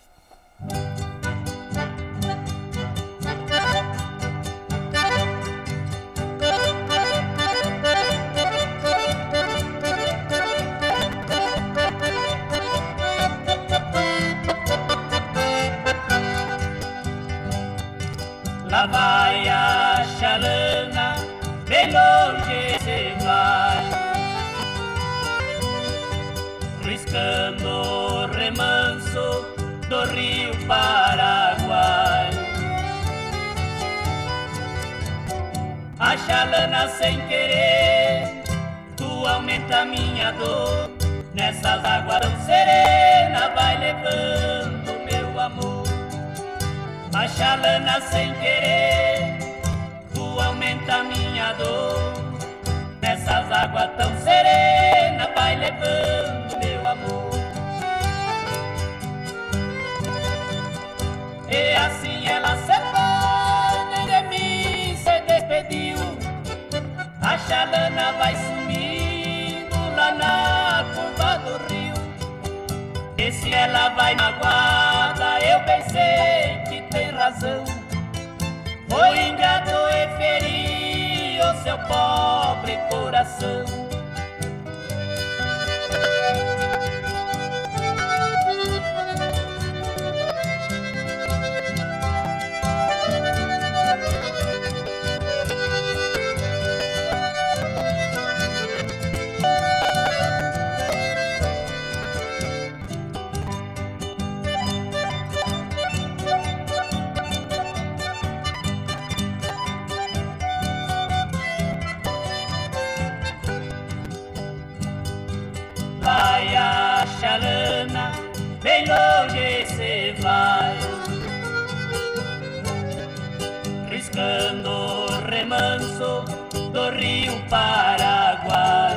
Lá vai a chalana, bem longe se vai, riscando o remanso do rio Paraguai. A chalana sem querer, tu aumenta minha dor, nessas águas tão serenas vai levando meu amor. A chalana sem querer, tu aumenta minha dor, nessas águas tão serenas vai levando meu amor. E assim ela se foi, nem de mim se despediu. A chalana vai sumindo lá na curva do rio. E se ela vai magoada, eu pensei que tem razão. Foi ingrato e feri o seu pobre coração. Vai a chalana, bem longe se vai, riscando o remanso do rio Paraguai.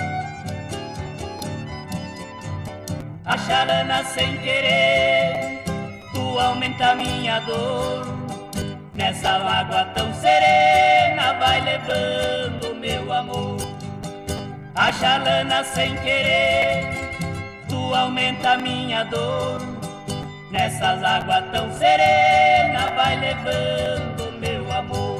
A chalana sem querer, tu aumenta minha dor, nessa água tão serena vai levando meu amor. A chalana sem querer, tu aumenta minha dor, nessas águas tão serenas vai levando meu amor.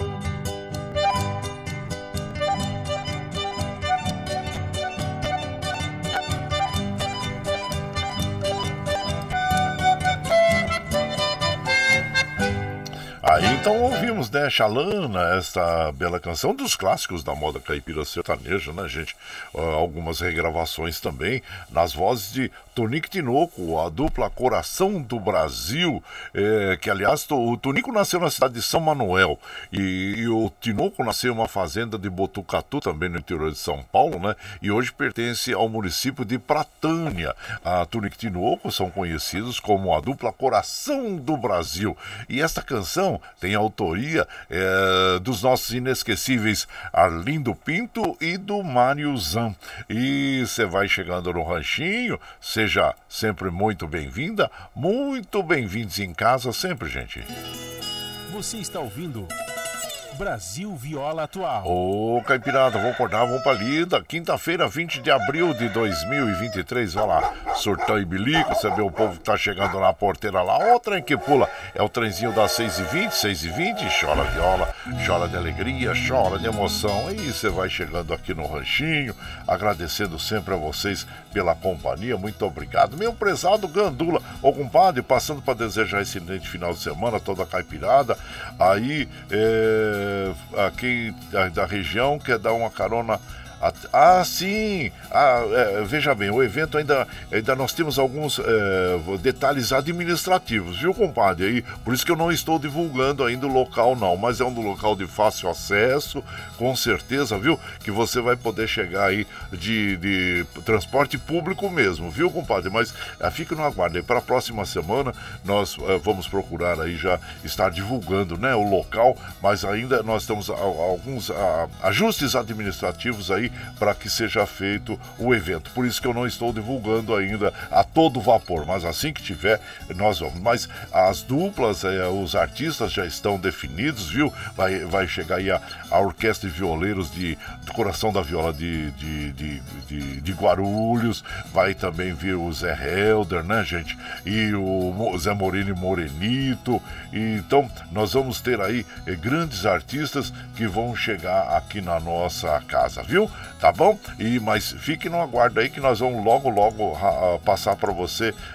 Aí então ouvimos, né, Chalana, esta bela canção dos clássicos da moda caipira sertaneja, né, gente? Uh, algumas regravações também, nas vozes de Tonico Tinoco, a dupla Coração do Brasil, é, que aliás, o Tonico nasceu na cidade de São Manuel e, e o Tinoco nasceu em uma fazenda de Botucatu, também no interior de São Paulo, né? E hoje pertence ao município de Pratânia. A Tonico Tinoco são conhecidos como a dupla Coração do Brasil. E esta canção tem autoria é, dos nossos inesquecíveis Arlindo Pinto e do Mário Zan. E você vai chegando no ranchinho, seja sempre muito bem-vinda, muito bem-vindos em casa sempre, gente. Você está ouvindo Brasil Viola Atual. Ô, Caipirada, vamos acordar, vamos pra lida. Quinta-feira, vinte de abril de dois mil e vinte e três, vai lá, surtão e bilico, você vê o povo que tá chegando na porteira lá, ó, o trem que pula, é o trenzinho das seis e vinte, seis e vinte, chora viola, chora de alegria, chora de emoção, e você vai chegando aqui no ranchinho, agradecendo sempre a vocês pela companhia, muito obrigado. Meu prezado Gandula, ô compadre, passando para desejar excelente final de semana, toda a Caipirada, aí, é... aqui da, da região, quer dar uma carona. Ah, sim! Ah, é, veja bem, o evento ainda, ainda nós temos alguns é, detalhes administrativos, viu, compadre? Aí, por isso que eu não estou divulgando ainda o local, não, mas é um local de fácil acesso, com certeza, viu? Que você vai poder chegar aí de, de transporte público mesmo, viu, compadre? Mas é, fique no aguardo aí. Para a próxima semana nós é, vamos procurar aí já estar divulgando, né, o local, mas ainda nós temos a, alguns a, ajustes administrativos aí para que seja feito o evento. Por isso que eu não estou divulgando ainda a todo vapor, mas assim que tiver, nós vamos. Mas as duplas, eh, os artistas já estão definidos, viu? Vai, vai chegar aí a, a Orquestra de Violeiros de, do Coração da Viola de, de, de, de, de Guarulhos, vai também vir o Zé Helder, né, gente? E o Zé Moreno e Morenito. E, então, nós vamos ter aí eh, grandes artistas que vão chegar aqui na nossa casa, viu? Tá bom? E, mas fique no aguardo aí que nós vamos logo, logo uh, passar para você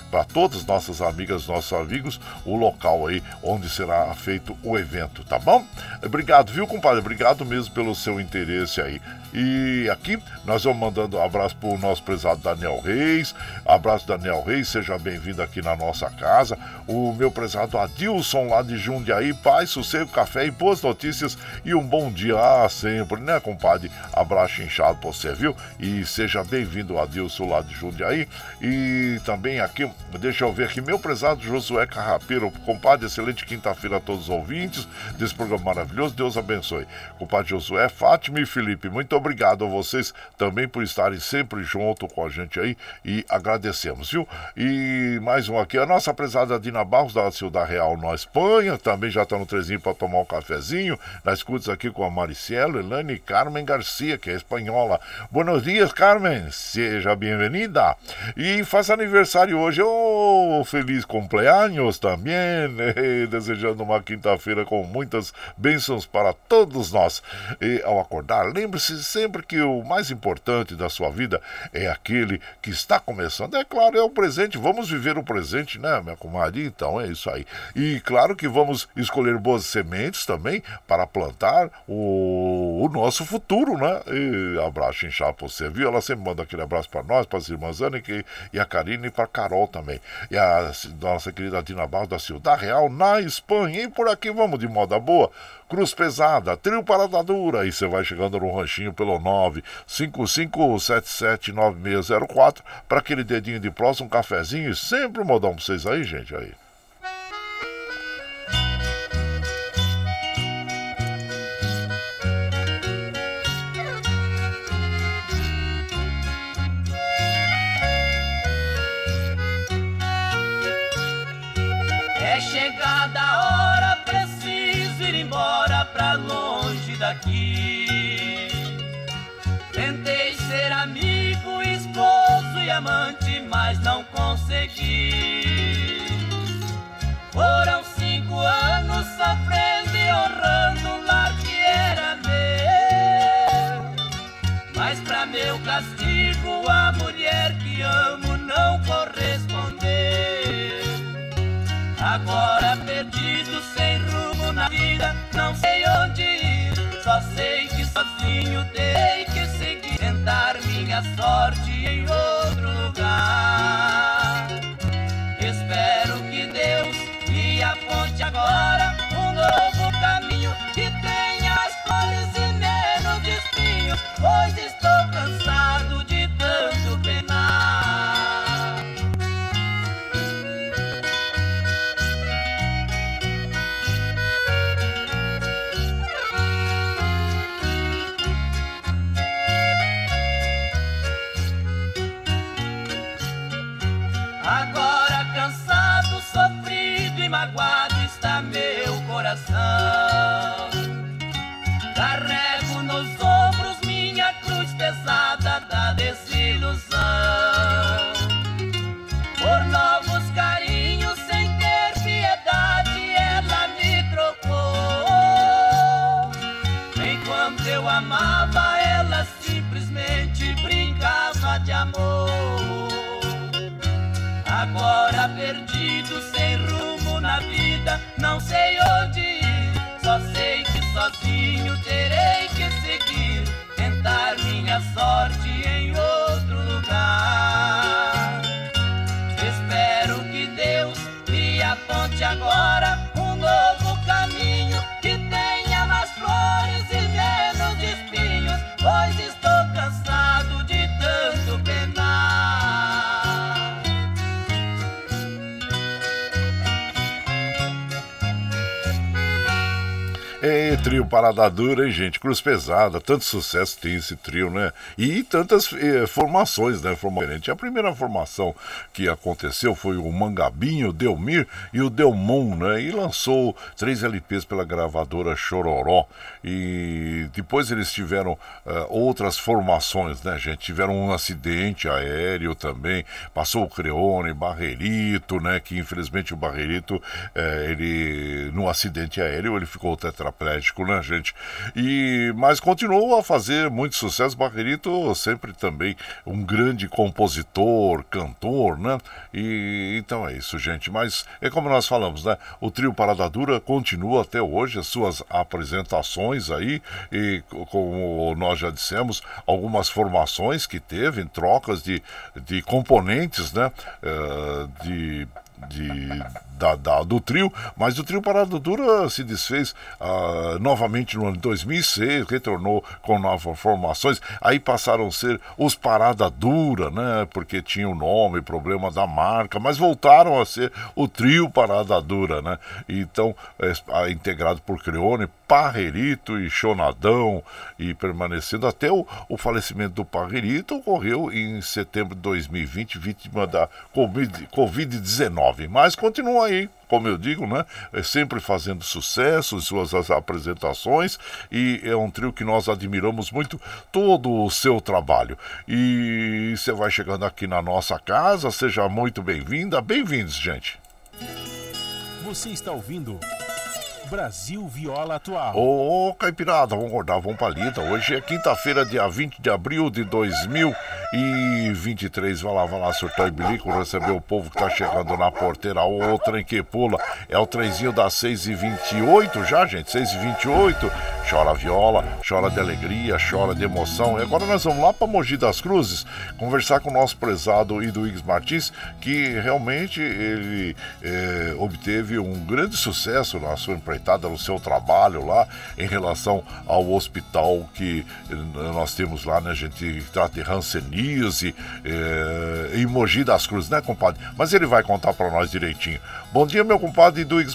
para todas nossas amigas, nossos amigos, o local aí onde será feito o evento, tá bom? Obrigado, viu, compadre? Obrigado mesmo pelo seu interesse aí. E aqui nós vamos mandando um abraço pro nosso prezado Daniel Reis. Abraço, Daniel Reis, seja bem-vindo aqui na nossa casa. O meu prezado Adilson lá de Jundiaí, paz, sossego, café e boas notícias e um bom dia ah, sempre, né, compadre? Abraço inchado pra você, viu? E seja bem-vindo, Adilson lá de Jundiaí. E também aqui, deixa eu ver aqui, meu prezado Josué Carrapeiro, compadre, excelente quinta-feira a todos os ouvintes desse programa maravilhoso, Deus abençoe. Compadre Josué, Fátima e Felipe, muito obrigado a vocês também por estarem sempre junto com a gente aí e agradecemos, viu? E mais um aqui, a nossa prezada Dina Barros da Ciudad Real na Espanha, também já está no trezinho para tomar um cafezinho, nas escutas aqui com a Maricelo, Elane e Carmen Garcia, que é espanhola. Buenos dias, Carmen, seja bem-vinda. E faz aniversário hoje, oh, feliz cumpleaños também, desejando uma quinta-feira com muitas bênçãos para todos nós. E ao acordar, lembre-se sempre que o mais importante da sua vida é aquele que está começando. É claro, é o presente, vamos viver o presente, né, minha comadre? Então é isso aí. E claro que vamos escolher boas sementes também para plantar o, o nosso futuro, né? E abraço inchado pra você, viu? Ela sempre manda aquele abraço para nós, para as irmãs Ana e a Karine e para a Carol também. E a nossa querida Dina Barros da Ciudad Real na Espanha. E por aqui vamos de moda boa. Cruz Pesada, Trio Parada Dura, e você vai chegando no ranchinho pelo nove cinco cinco sete sete nove seis zero quatro para aquele dedinho de próximo, um cafezinho e sempre um modão pra vocês aí, gente, aí. É chegada a hora, preciso ir embora pra longe daqui. Tentei ser amigo, esposo e amante, mas não consegui. Foram cinco anos sofrendo e honrando um lar que era meu. Mas pra meu castigo a mulher que amo não correspondeu. Agora perdido, sem rumo na vida, não sei onde ir. Só sei que sozinho terei que seguir, tentar minha sorte em outro lugar. Espero que Deus me aponte agora um novo caminho que tenha as flores e menos espinhos, pois estou cansado de tanto penar. Agora cansado, sofrido e magoado está meu coração. Carrego nos ombros minha cruz pesada da desilusão. Por novos carinhos sem ter piedade ela me trocou. Enquanto eu amava ela simplesmente brincava de amor. Agora perdido, sem rumo na vida, não sei onde ir. Só sei que sozinho terei que seguir, tentar minha sorte em outro lugar. Espero que Deus me aponte agora um novo caminho que tenha mais flores e menos espinhos, pois estou cansado de tanto penar. É, trio Parada Dura, hein, gente? Cruz Pesada, tanto sucesso tem esse trio, né? E tantas eh, formações, né? Forma diferente. A primeira formação que aconteceu foi o Mangabinho, o Delmir e o Delmon, né? E lançou três L Ps pela gravadora Chororó. E depois eles tiveram uh, outras formações, né, gente? Tiveram um acidente aéreo também. Passou o Creone, Barrerito, né? Que infelizmente o Barrerito, eh, ele, no acidente aéreo, ele ficou tetra tetraplégico, né, gente? E, mas continuou a fazer muito sucesso. Barrerito sempre também um grande compositor, cantor, né? E então é isso, gente. Mas é como nós falamos, né? O trio Parada Dura continua até hoje as suas apresentações aí, e como nós já dissemos, algumas formações que teve, em trocas de, de componentes, né? Uh, de De, da, da, do trio, mas o trio Parada Dura se desfez uh, novamente no ano de dois mil e seis, retornou com novas formações, aí passaram a ser os Parada Dura, né, porque tinha o nome, problema da marca, mas voltaram a ser o trio Parada Dura, né, então é, integrado por Creone, Parrerito e Chonadão, e permanecendo até o, o falecimento do Parrerito ocorreu em setembro de dois mil e vinte, vítima da covid dezenove. Mas continua aí, como eu digo, né? É sempre fazendo sucesso em suas as apresentações, e é um trio que nós admiramos muito todo o seu trabalho. E você vai chegando aqui na nossa casa, seja muito bem-vinda, bem-vindos, gente. Você está ouvindo Brasil Viola Atual. Ô, Caipirada, vamos acordar, vamos pra lida. Hoje é quinta-feira, dia vinte de abril de dois mil e vinte e três. Vai lá, vai lá, surtar e bilico, receber o povo que tá chegando na porteira. O trem que pula é o trenzinho das seis e vinte e oito já, gente, seis e vinte e oito. Chora viola, chora de alegria, chora de emoção. E agora nós vamos lá pra Mogi das Cruzes conversar com o nosso prezado Iduígues Martins, que realmente ele é, obteve um grande sucesso na sua empresa, no seu trabalho lá, em relação ao hospital que nós temos lá, né, a gente trata de hanseníase é, em Mogi das Cruzes, né, compadre? Mas ele vai contar para nós direitinho. Bom dia, meu compadre Iduígues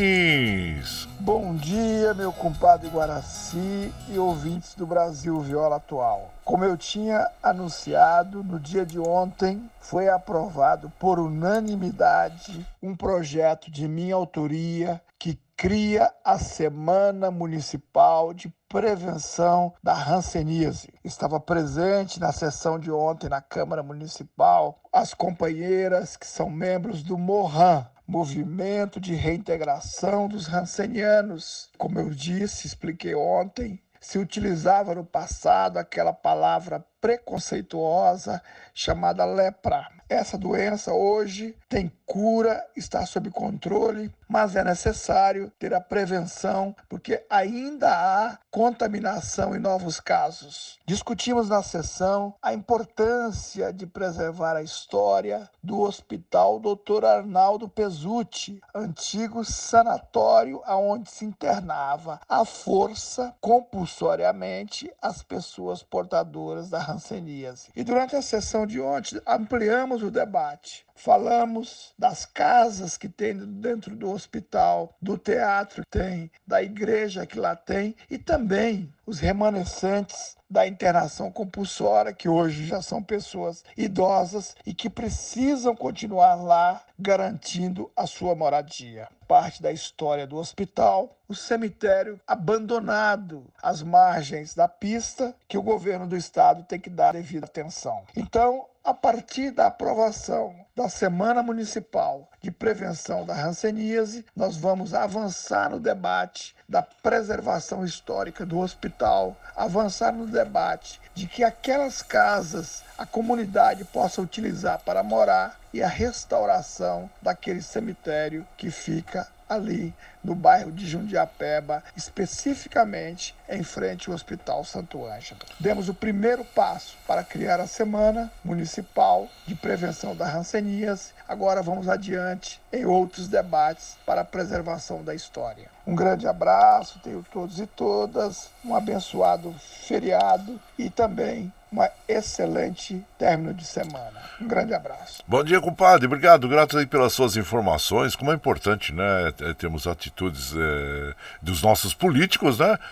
Martins. Bom dia, meu compadre Guaraci e ouvintes do Brasil Viola Atual. Como eu tinha anunciado, no dia de ontem foi aprovado por unanimidade um projeto de minha autoria que cria a Semana Municipal de Prevenção da Hanseníase. Estava presente na sessão de ontem na Câmara Municipal as companheiras que são membros do MOHAN, Movimento de Reintegração dos Hansenianos. Como eu disse, expliquei ontem, se utilizava no passado aquela palavra preconceituosa chamada lepra. Essa doença hoje tem cura, está sob controle, mas é necessário ter a prevenção porque ainda há contaminação em novos casos. Discutimos na sessão a importância de preservar a história do Hospital doutor Arnaldo Pezzuti, antigo sanatório onde se internava à força, compulsoriamente, as pessoas portadoras da hanseníase. E durante a sessão de ontem, ampliamos o debate. Falamos das casas que tem dentro do hospital, do teatro que tem, da igreja que lá tem e também os remanescentes da internação compulsória, que hoje já são pessoas idosas e que precisam continuar lá garantindo a sua moradia. Parte da história do hospital, o cemitério abandonado às margens da pista, que o governo do estado tem que dar devida atenção. Então, a partir da aprovação da Semana Municipal de Prevenção da Hanseníase, nós vamos avançar no debate da preservação histórica do hospital, avançar no debate de que aquelas casas a comunidade possa utilizar para morar e a restauração daquele cemitério que fica ali no bairro de Jundiapeba, especificamente em frente ao Hospital Santo Ângelo. Demos o primeiro passo para criar a Semana Municipal de Prevenção da Hanseníase. Agora vamos adiante em outros debates para a preservação da história. Um grande abraço, tenho todos e todas, um abençoado feriado e também um excelente término de semana. Um grande abraço. Bom dia, compadre. Obrigado, grato aí pelas suas informações. Como é importante, né, temos atitudes é, dos nossos políticos, né, que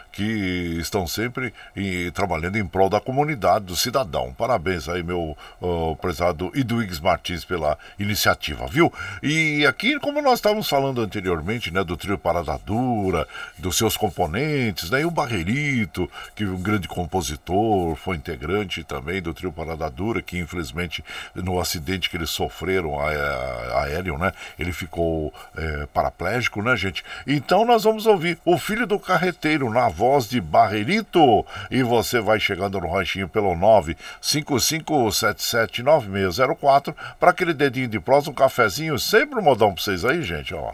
que estão sempre em, trabalhando em prol da comunidade, do cidadão. Parabéns aí, meu uh, prezado Iduígues Martins, pela iniciativa, viu? E aqui, como nós estávamos falando anteriormente, né, do trio Parada Dura, dos seus componentes, né, e o Barreirito, que é um grande compositor, foi integrante também do trio Parada Dura, que infelizmente no acidente que eles sofreram a, a, aéreo, né, ele ficou é, paraplégico, né, gente? Então nós vamos ouvir O Filho do Carreteiro na voz de Barreirito, e você vai chegando no ranchinho pelo nove cinco cinco sete sete nove seis zero quatro para aquele dedinho de prosa, um cafezinho, sempre um modão pra vocês aí, gente, ó.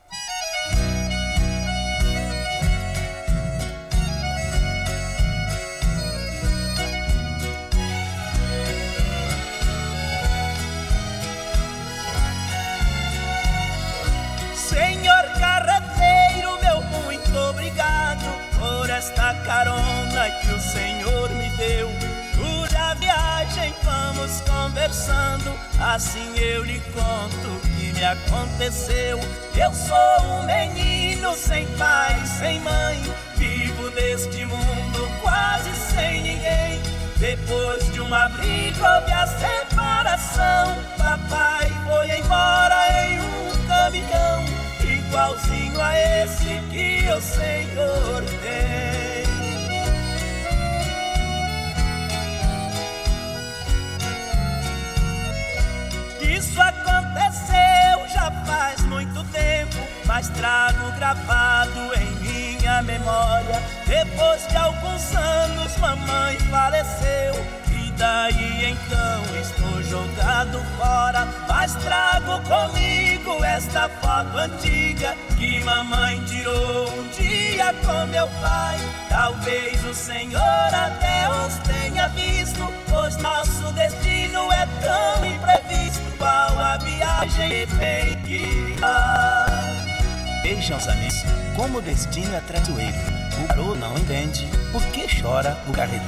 Senhor carreteiro, meu muito obrigado por esta carona que o Senhor me deu. Durante a viagem vamos conversando, assim eu lhe conto o que me aconteceu. Eu sou um menino sem pai, sem mãe, vivo neste mundo quase sem ninguém. Depois de uma briga houve a separação, papai foi embora em um caminhão, igualzinho a esse que o Senhor tem. Isso aconteceu já faz muito tempo, mas trago gravado em minha memória. Depois de alguns anos mamãe faleceu, e daí então estou jogado fora. Mas trago comigo esta foto antiga que mamãe tirou um dia com meu pai. Talvez o Senhor até os tenha visto, pois nosso destino é tão imprevisto, qual a viagem feita. Vejam os amigos, como o destino é traiçoeiro. O garoto não entende por que chora o carreteiro.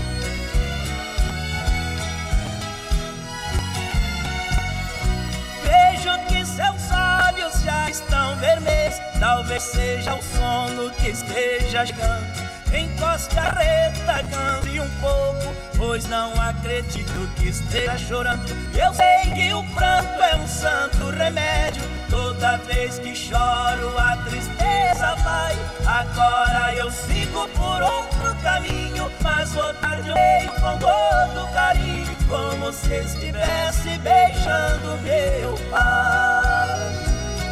Vejo que seus olhos já estão vermelhos, talvez seja o sono que esteja chegando. Encoste a reta, cante um pouco, pois não acredito que esteja chorando. Eu sei que o pranto é um santo remédio, toda vez que choro a tristeza vai. Agora eu sigo por outro caminho, mas vou dar de meio com todo carinho, como se estivesse beijando meu pai.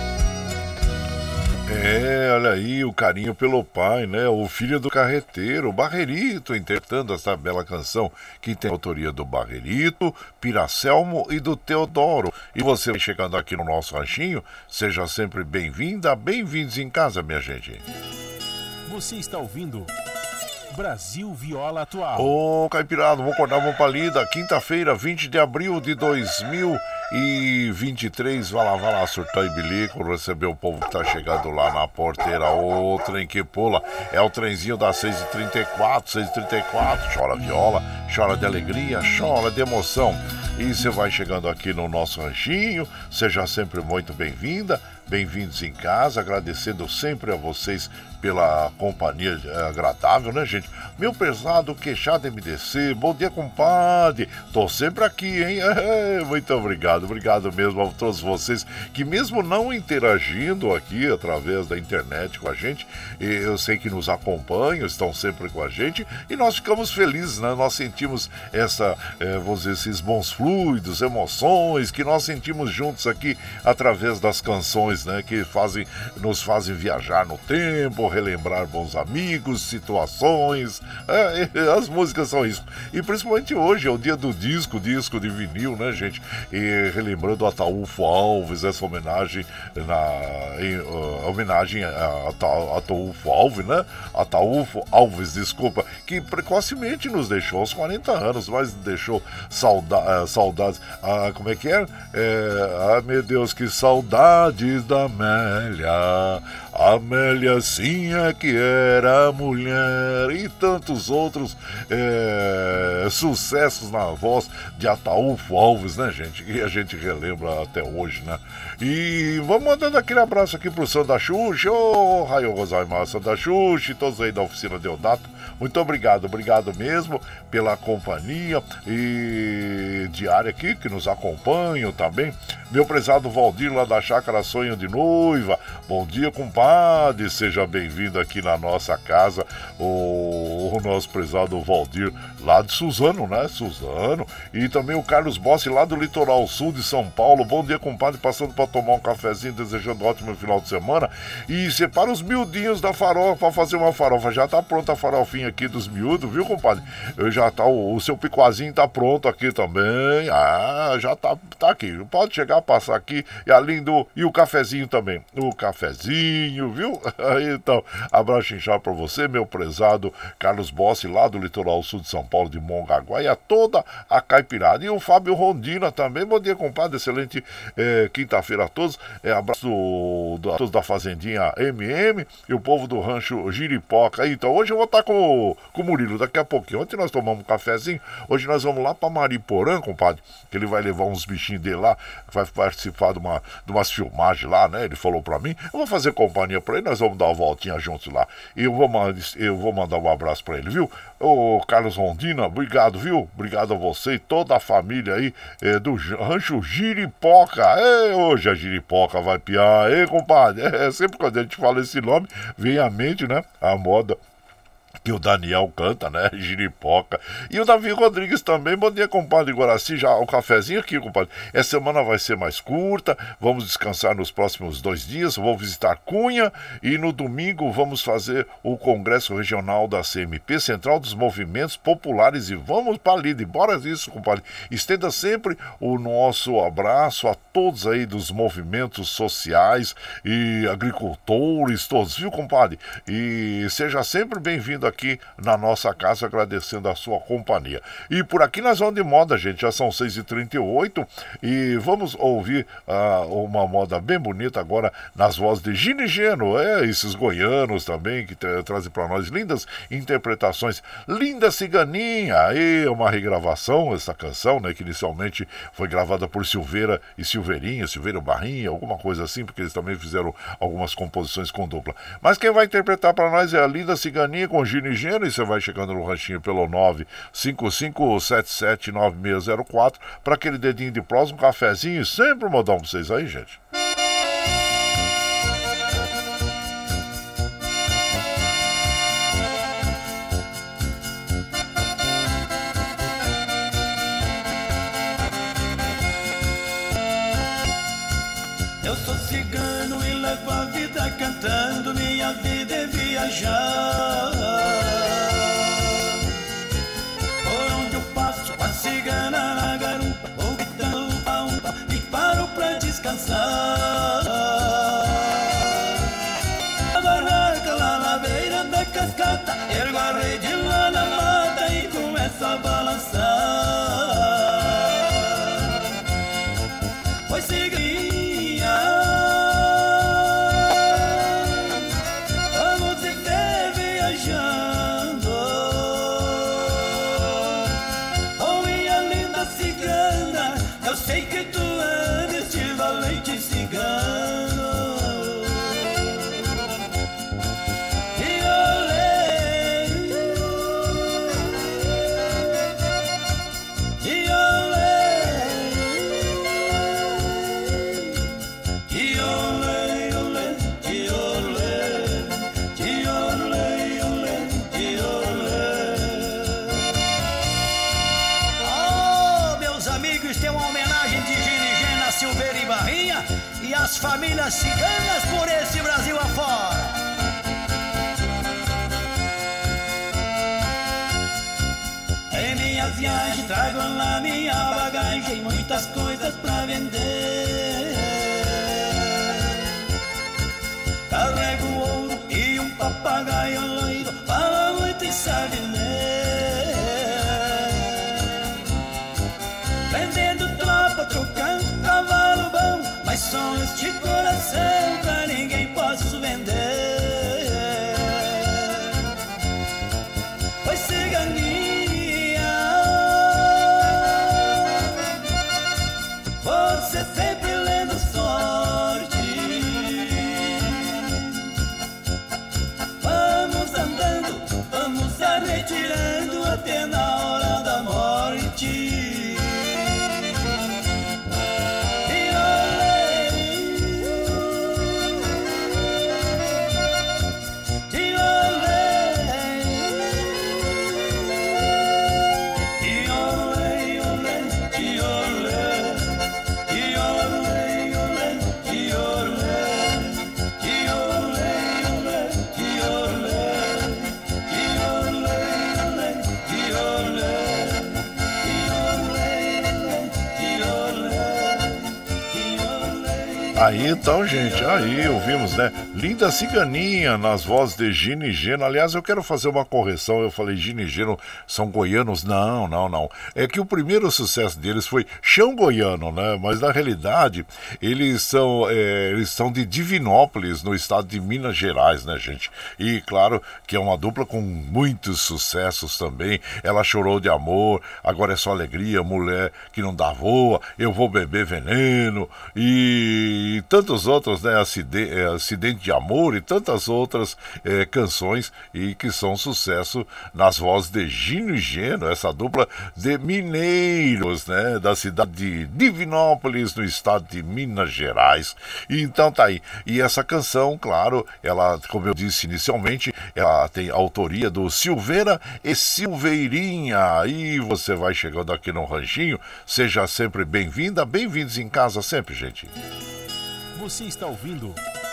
É, olha aí o carinho pelo pai, né? O Filho do Carreteiro, o Barreirito, interpretando essa bela canção que tem a autoria do Barreirito, Piracelmo e do Teodoro. E você chegando aqui no nosso ranchinho, seja sempre bem-vinda, bem-vindos em casa, minha gente. Você está ouvindo Brasil Viola Atual. Ô, Caipirada, vamos acordar, vamos pra lida. Quinta-feira, vinte de abril de dois mil e vinte e três. Vai lá, vai lá, surtar e bilico, receber o povo que tá chegando lá na porteira. Ô, trem que pula. É o trenzinho das seis e trinta e quatro, seis e trinta e quatro. Chora viola, chora de alegria, chora de emoção. E você vai chegando aqui no nosso ranchinho. Seja sempre muito bem-vinda. Bem-vindos em casa, agradecendo sempre a vocês pela companhia agradável, né, gente? Meu prezado Queixada M D C, bom dia, compadre. Tô sempre aqui, hein? É, muito obrigado, obrigado mesmo a todos vocês que, mesmo não interagindo aqui através da internet com a gente, eu sei que nos acompanham, estão sempre com a gente e nós ficamos felizes, né? Nós sentimos essa, é, vamos dizer, esses bons fluidos, emoções que nós sentimos juntos aqui através das canções, né, que fazem, nos fazem viajar no tempo, relembrar bons amigos, situações. É, as músicas são isso. E principalmente hoje é o dia do disco, disco de vinil, né, gente? E relembrando Ataúfo Alves, essa homenagem na em, uh, homenagem a Ataúfo Alves, né? Ataúfo Alves, desculpa, que precocemente nos deixou aos quarenta anos, mas deixou sauda, uh, saudades. Ah, como é que é? é? Ah, meu Deus, que saudades da Amélia. Amélia sim é que era mulher, e tantos outros é, sucessos na voz de Ataúfo Alves, né, gente? Que a gente relembra até hoje, né? E vamos mandando aquele abraço aqui pro Sandra Xuxa, ô, oh, Raio Rosaimar, Sandra Xuxa e todos aí da oficina Deodato. Muito obrigado, obrigado mesmo pela companhia e diária aqui que nos acompanham também. Meu prezado Valdir lá da Chácara Sonho de Noiva, bom dia, compadre, seja bem-vindo aqui na nossa casa, o, o nosso prezado Valdir lá de Suzano, né, Suzano, e também o Carlos Bossi lá do Litoral Sul de São Paulo. Bom dia, compadre, passando para tomar um cafezinho, desejando um ótimo final de semana, e separa os miudinhos da farofa para fazer uma farofa. Já tá pronta a farofinha aqui dos miúdos, viu, compadre? Eu já tá, o, o seu picoazinho tá pronto aqui também. Ah, já tá, tá aqui, pode chegar, passar aqui, e além do, e o cafezinho também, o cafezinho, viu? Então, abraço inchado pra você, meu prezado Carlos Bossi lá do Litoral Sul de São Paulo, de Mongaguá, e a toda a caipirada, e o Fábio Rondina também. Bom dia, compadre, excelente é, quinta-feira a todos, é, abraço do, do, a todos da Fazendinha M M e o povo do Rancho Giripoca. Então, hoje eu vou estar com, com o Murilo, daqui a pouquinho. Ontem nós tomamos um cafezinho, hoje nós vamos lá pra Mariporã, compadre, que ele vai levar uns bichinhos dele lá, vai participar de, uma, de umas filmagens lá, né, ele falou pra mim, eu vou fazer companhia pra ele, nós vamos dar uma voltinha juntos lá, e eu vou, eu vou mandar um abraço pra ele, viu? Ô Carlos Rondina, obrigado, viu? Obrigado a você e toda a família aí é, do Rancho Giripoca. É, hoje a Giripoca vai piar, hein, compadre? É, sempre quando a gente fala esse nome, vem à mente, né, a moda que o Daniel canta, né, Giripoca. E o Davi Rodrigues também. Bom dia, compadre Guaraci, já o cafezinho aqui, compadre. Essa semana vai ser mais curta, vamos descansar nos próximos dois dias, vou visitar Cunha e no domingo vamos fazer o Congresso Regional da C M P, Central dos Movimentos Populares, e vamos para ali, bora isso, compadre. Estenda sempre o nosso abraço a todos aí dos movimentos sociais e agricultores, todos, viu, compadre? E seja sempre bem-vindo aqui na nossa casa, agradecendo a sua companhia. E por aqui nós vamos de moda, gente, já são seis e trinta e oito e vamos ouvir uh, uma moda bem bonita agora nas vozes de Gino e Geno, é, esses goianos também que tra trazem para nós lindas interpretações. Linda Ciganinha, aí uma regravação, essa canção, né, que inicialmente foi gravada por Silveira e Silveirinha, Silveira Barrinha, alguma coisa assim, porque eles também fizeram algumas composições com dupla. Mas quem vai interpretar para nós é a Linda Ciganinha com Gino e Geno, e você vai chegando no ranchinho pelo nove cinco cinco sete sete nove seis zero quatro para aquele dedinho de prosa, um cafezinho, sempre um modão pra vocês aí, gente. Eu sou cigano e levo a vida cantando, minha vida é viajar. Por onde eu passo, a cigana na garupa, ou gritando umpa-umpa, e paro pra descansar. A barraca lá na beira da cascata, ergo a rede lá na mata e começo a balançar. Pois ciganinha, vamos viver viajando. Oh, minha linda cigana, eu sei que tu és de valente cigano. E olê, e olê, e olê, olê, e olê, e olê, olê, e olê. Oh, meus amigos, tem uma homenagem de Gino e Gena, Silveira e Barrinha e as famílias ciganas por esse Brasil afora. Em minha viagem trago lá minha bagagem, muitas coisas pra vender. Carrego ouro e um papagaio loiro, fala muito e sabe ler. Vendendo tropa, trocando cavalo bom, mas sonhos de coração pra ninguém posso vender. e na hora da morte. Aí então, gente, aí ouvimos, né? Linda Ciganinha nas vozes de Gino e Geno. Aliás, eu quero fazer uma correção. Eu falei Gino e Geno são goianos. Não, não, não. É que o primeiro sucesso deles foi Chão Goiano, né? Mas na realidade, eles são, é, eles são de Divinópolis, no estado de Minas Gerais, né, gente? E claro que é uma dupla com muitos sucessos também. Ela Chorou de Amor, Agora é Só Alegria, Mulher que Não Dá Voa, Eu Vou Beber Veneno e e tantos outros, né, Acidente, é, Acidente de Amor e tantas outras é, canções e que são sucesso nas vozes de Gino e Geno, essa dupla de mineiros, né, da cidade de Divinópolis, no estado de Minas Gerais. E então tá aí. E essa canção, claro, ela, como eu disse inicialmente, ela tem autoria do Silveira e Silveirinha. E você vai chegando aqui no Ranchinho, seja sempre bem-vinda, bem-vindos em casa sempre, gente. Você está ouvindo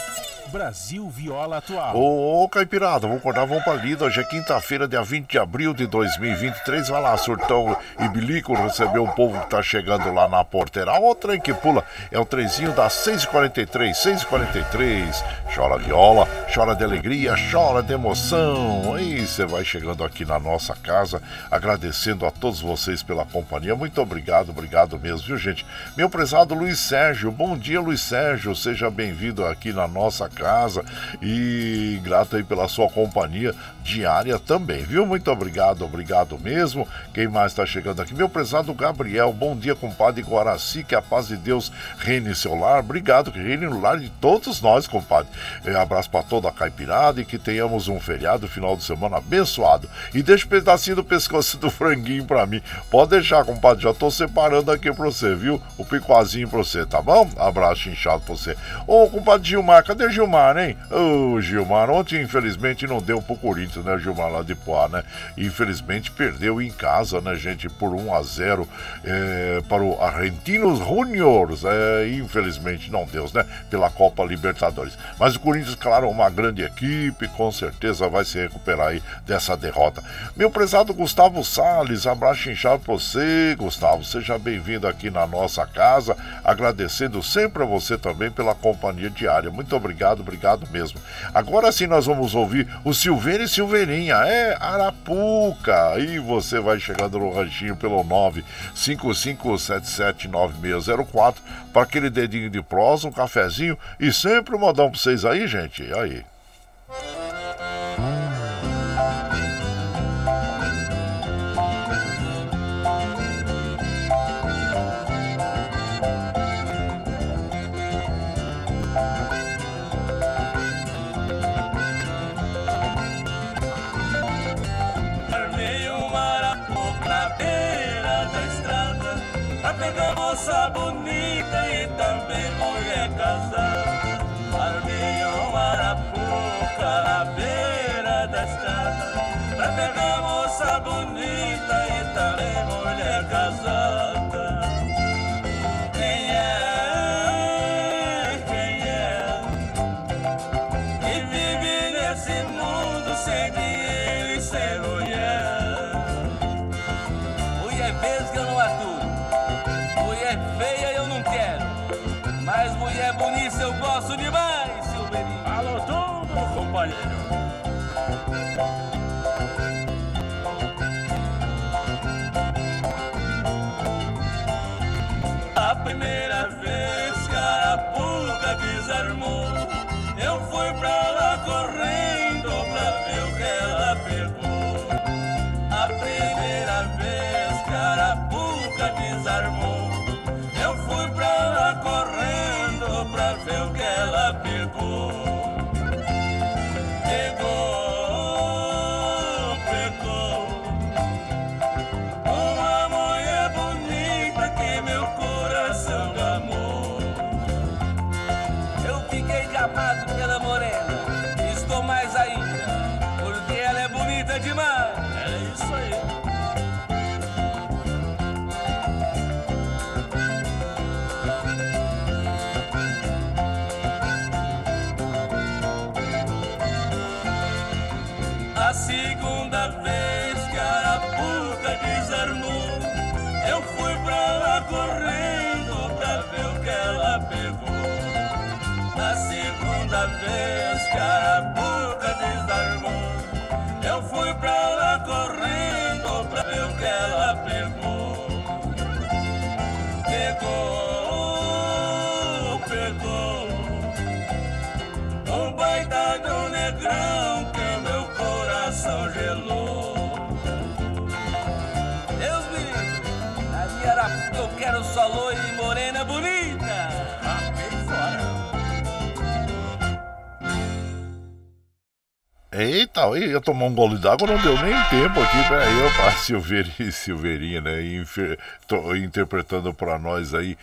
Brasil Viola Atual. Ô, ô, Caipirada, vamos acordar, vamos pra lida. Hoje é quinta-feira, dia vinte de abril de dois mil e vinte e três. Vai lá, Surtão e Bilico, receber o povo que tá chegando lá na porteira. Ó, o trem que pula, é o trenzinho das seis e quarenta e três, seis e quarenta e três. Chora viola, chora de alegria, chora de emoção. Aí você vai chegando aqui na nossa casa, agradecendo a todos vocês pela companhia. Muito obrigado, obrigado mesmo, viu, gente? Meu prezado Luiz Sérgio, bom dia, Luiz Sérgio. Seja bem-vindo aqui na nossa casa e grato aí pela sua companhia diária também, viu? Muito obrigado, obrigado mesmo. Quem mais está chegando aqui? Meu prezado Gabriel, bom dia, compadre Guaraci, que a paz de Deus reine em seu lar. Obrigado, que reine no lar de todos nós, compadre. Um abraço para toda a caipirada e que tenhamos um feriado, final de semana abençoado. E deixa um pedacinho do pescoço do franguinho para mim. Pode deixar, compadre, já tô separando aqui para você, viu? O picoazinho para você, tá bom? Abraço inchado para você. Ô, compadre Gilmar, cadê Gilmar, hein? Ô, Gilmar, ontem infelizmente não deu pro Corinthians, né, Gilmar, lá de Poá, né? Infelizmente perdeu em casa, né, gente, por um a zero é, para o Argentinos Juniors. É, infelizmente não deu, né? Pela Copa Libertadores. Mas o Corinthians, claro, uma grande equipe, com certeza vai se recuperar aí dessa derrota. Meu prezado Gustavo Salles, abraço inchado pra você, Gustavo. Seja bem-vindo aqui na nossa casa, agradecendo sempre a você também pela companhia diária. Muito obrigado, obrigado mesmo. Agora sim nós vamos ouvir o Silveira e Silveirinha, é Arapuca. E você vai chegando no ranchinho pelo nove cinco cinco sete sete nove seis zero quatro para aquele dedinho de prosa, um cafezinho e sempre um modão pra vocês aí, gente. Aí. Pegar moça bonita e também mulher casada. Armei um arapuca na beira da estrada pra pegar moça bonita e também mulher casada. Quem é, quem é que vive nesse mundo sem dinheiro e sem mulher? Mulher vesga não é tudo. Mulher feia eu não quero, mas mulher bonita eu gosto demais, Silveirinho. Alô, tudo, companheiro. A primeira vez que a Arapuca desarmou, eu fui pra lá correndo pra ver o que ela pegou. A primeira vez que a Arapuca desarmou, eu fui pra lá correndo pra ver o que ela pegou. Pegou, pegou, demais. É isso aí. A segunda vez que a Arapuca desarmou, eu fui pra lá correndo pra ver o que ela pegou. A segunda vez que a Arapuca desarmou, eu fui pra lá correndo pra ver o que ela pegou. Pegou, pegou um baita do negrão que o meu coração gelou. Deus me livre, a minha Arapuca eu quero só loira e morena bonita. Rapei fora. Eita, eu ia tomar um gole d'água, não deu nem tempo aqui. Peraí, eu para Silveira e Silveirinha, né? Infer, tô, interpretando para nós aí.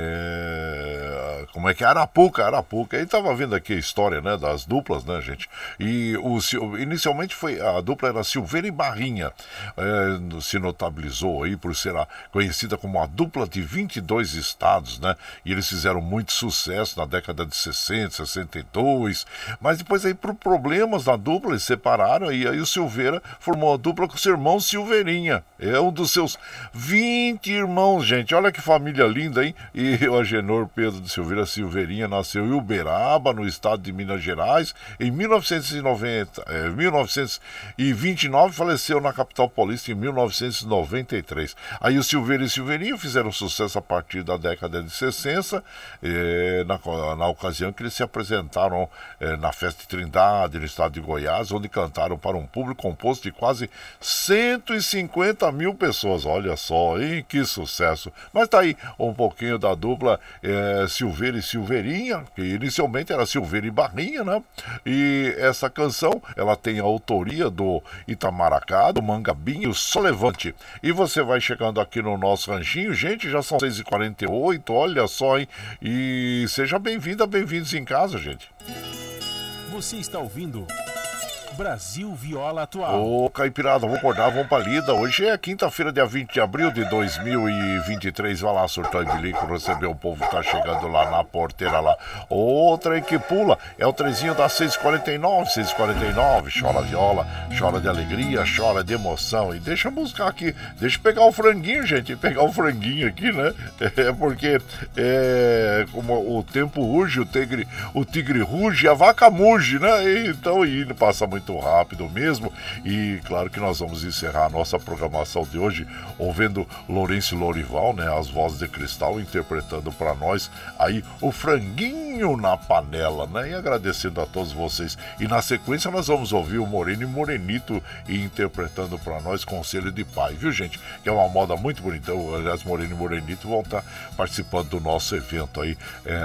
É, como é que é? Arapuca, Arapuca. Aí tava vendo aqui a história, né? Das duplas, né, gente? E o, inicialmente foi a dupla era Silveira e Barrinha. É, se notabilizou aí por ser a, conhecida como a dupla de vinte e dois estados, né? E eles fizeram muito sucesso na década de sessenta, sessenta e dois. Mas depois aí por problemas da dupla eles separaram e aí o Silveira formou a dupla com seu irmão Silveirinha. É um dos seus vinte irmãos, gente. Olha que família linda, hein? E o Agenor Pedro de Silveira Silveirinha nasceu em Uberaba, no estado de Minas Gerais, em mil novecentos e noventa, é, mil novecentos e vinte e nove, faleceu na capital paulista em mil novecentos e noventa e três. Aí o Silveira e Silveirinha fizeram sucesso a partir da década de sessenta, é, na, na ocasião que eles se apresentaram é, na Festa de Trindade, no estado de Goiás, onde cantaram para um público composto de quase cento e cinquenta mil pessoas. Olha só, hein? Que sucesso. Mas tá aí um pouquinho da dupla é, Silveira e Silveirinha, que inicialmente era Silveira e Barrinha, né? E essa canção, ela tem a autoria do Itamaracá, do Mangabinho, o Solevante. E você vai chegando aqui no nosso ranchinho, gente, já são seis e quarenta e oito, olha só, hein? E seja bem-vinda, bem-vindos em casa, gente. Você está ouvindo Brasil Viola Atual. Ô, Caipirada, vamos acordar, vamos pra lida. Hoje é quinta-feira, dia vinte de abril de dois mil e vinte e três. Vai lá, surtou e bilico, receber o povo que tá chegando lá na porteira lá. Outra que pula é o trezinho das seis e quarenta e nove, seis e quarenta e nove. Chora viola, chora de alegria, chora de emoção. E deixa eu buscar aqui, deixa eu pegar o franguinho, gente, pegar o franguinho aqui, né? É porque é, como o tempo urge, o tigre, o tigre ruge, a vaca muge, né? Então, e passa muito rápido mesmo. E claro que nós vamos encerrar a nossa programação de hoje ouvindo Lourenço Lorival, né, as vozes de cristal, interpretando para nós aí o franguinho na panela, né, e agradecendo a todos vocês. E na sequência nós vamos ouvir o Moreno e Morenito interpretando para nós Conselho de Pai, viu, gente? Que é uma moda muito bonita. Aliás, Moreno e Morenito vão estar participando do nosso evento aí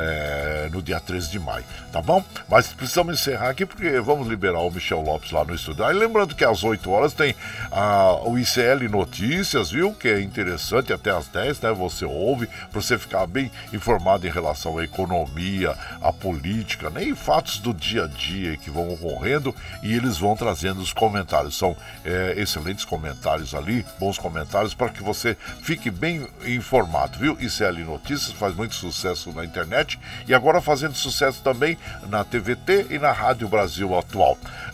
é, no dia treze de maio, tá bom? Mas precisamos encerrar aqui porque vamos liberar o Michel Lopes lá no estúdio. Aí lembrando que às oito horas tem ah, o I C L Notícias, viu? Que é interessante, até às dez, né? Você ouve, para você ficar bem informado em relação à economia, à política, né? E fatos do dia a dia que vão ocorrendo e eles vão trazendo os comentários. São é, excelentes comentários ali, bons comentários para que você fique bem informado, viu? I C L Notícias faz muito sucesso na internet e agora fazendo sucesso também na T V T e na Rádio Brasil Atual.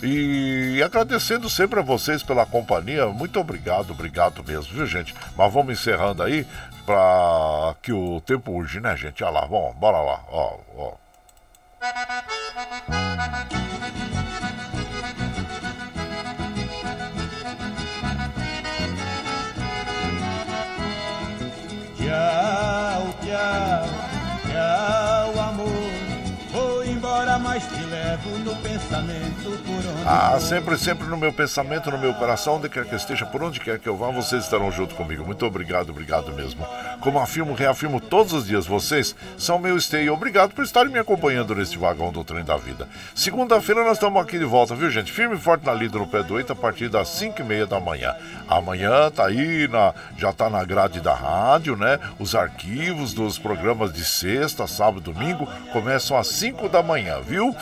E agradecendo sempre a vocês pela companhia, muito obrigado, obrigado mesmo, viu, gente? Mas vamos encerrando aí, para que o tempo urge, né, gente? Olha lá, vamos, bora lá, ó, ó. Tchau, tchau, tchau, amor. Vou embora, mas te levo no pensamento por onde Ah, for. sempre, sempre no meu pensamento, no meu coração, onde quer que eu esteja, por onde quer que eu vá, vocês estarão junto comigo. Muito obrigado, obrigado mesmo. Como afirmo, reafirmo todos os dias, vocês são meu esteio. Obrigado por estarem me acompanhando neste vagão do trem da vida. Segunda-feira nós estamos aqui de volta, viu, gente? Firme e forte na lida no pé do oito a partir das cinco e meia da manhã. Amanhã tá aí, na, já tá na grade da rádio, né? Os arquivos dos programas de sexta, sábado, domingo começam às cinco da manhã, viu? Mas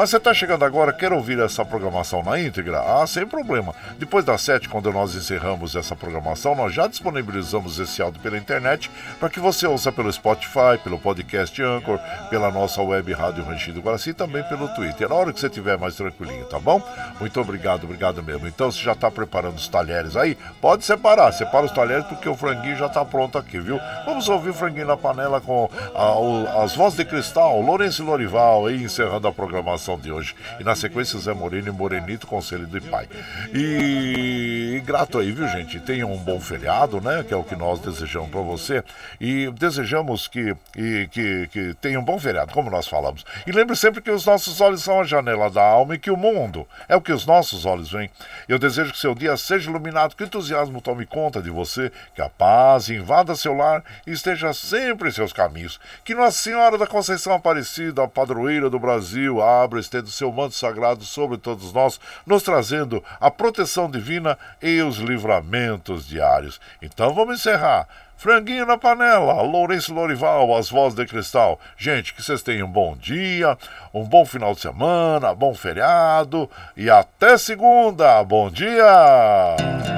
você está chegando agora, quer ouvir essa programação na íntegra? Ah, sem problema. Depois das sete, quando nós encerramos essa programação, nós já disponibilizamos esse áudio pela internet para que você ouça pelo Spotify, pelo podcast Anchor, pela nossa web Rádio Ranchinho do Guaraci e também pelo Twitter. Na hora que você estiver mais tranquilinho, tá bom? Muito obrigado, obrigado mesmo. Então, você já está preparando os talheres aí? Pode separar, separa os talheres porque o franguinho já está pronto aqui, viu? Vamos ouvir o franguinho na panela com a, o, as vozes de cristal, Lourenço e Lorival, aí encerrando a programação de hoje. E na sequência, Zé Moreno e Morenito, Conselho do Pai. E, e grato aí, viu, gente? Tenha um bom feriado, né? Que é o que nós desejamos para você. E desejamos que, e, que, que tenha um bom feriado, como nós falamos. E lembre sempre que os nossos olhos são a janela da alma e que o mundo é o que os nossos olhos veem. Eu desejo que seu dia seja iluminado, que o entusiasmo tome conta de você, que a paz invada seu lar e esteja sempre em seus caminhos. Que Nossa Senhora da Conceição Aparecida, a padroeira do Brasil, abra e estenda o seu manto sagrado sobre todos nós, nos trazendo a proteção divina e os livramentos diários. Então vamos encerrar. Franguinho na panela, Lourenço Lorival, as vozes de cristal. Gente, que vocês tenham um bom dia, um bom final de semana, bom feriado e até segunda. Bom dia!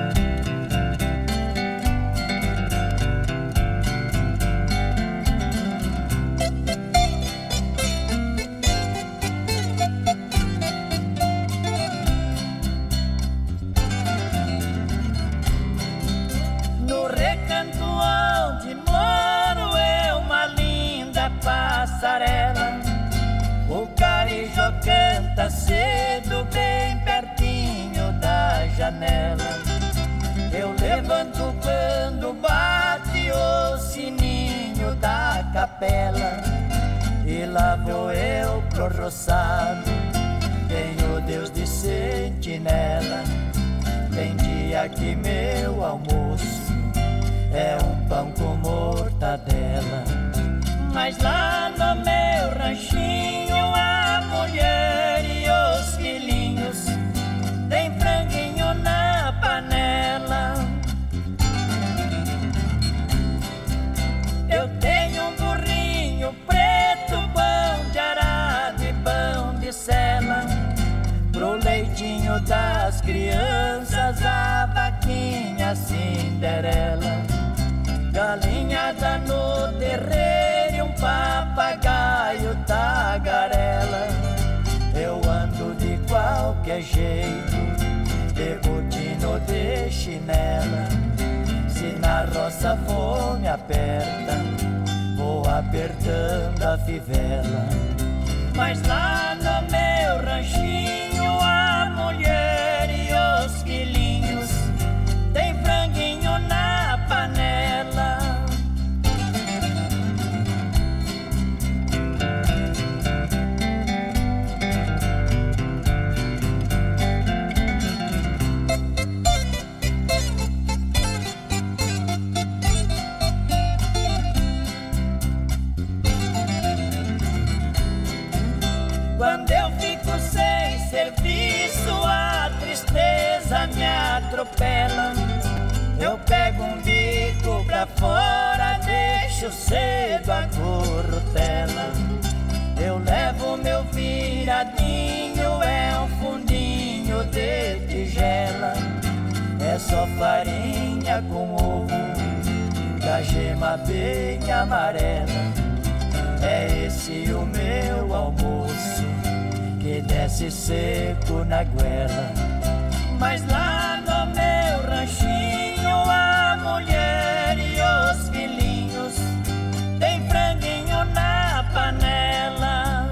O carijó canta cedo, bem pertinho da janela. Eu levanto quando bate o sininho da capela. E lá vou eu pro roçado, tenho Deus de sentinela. Tem dia que meu almoço é um pão com mortadela. Mas lá no meu ranchinho a mulher e os filhinhos tem franguinho na panela. Eu tenho um burrinho preto, bom de arado e bom de sela. Pro leitinho das crianças a vaquinha Cinderela. Galinhada no terreiro e um papagaio tagarela. Eu ando de qualquer jeito, de botino de chinela. Se na roça fome aperta, vou apertando a fivela. Mas lá no meu ranchinho a mulher e os filhinhos tem franguinho na panela. Quando eu fico sem serviço, a tristeza me atropela. Eu pego um bico pra fora, deixo cedo a corrutela. Eu levo meu viradinho, é um fundinho de tigela. É só farinha com ovo, da gema bem amarela. É esse o meu almoço, que desce seco na goela. Mas lá no meu ranchinho a mulher e os filhinhos tem franguinho na panela.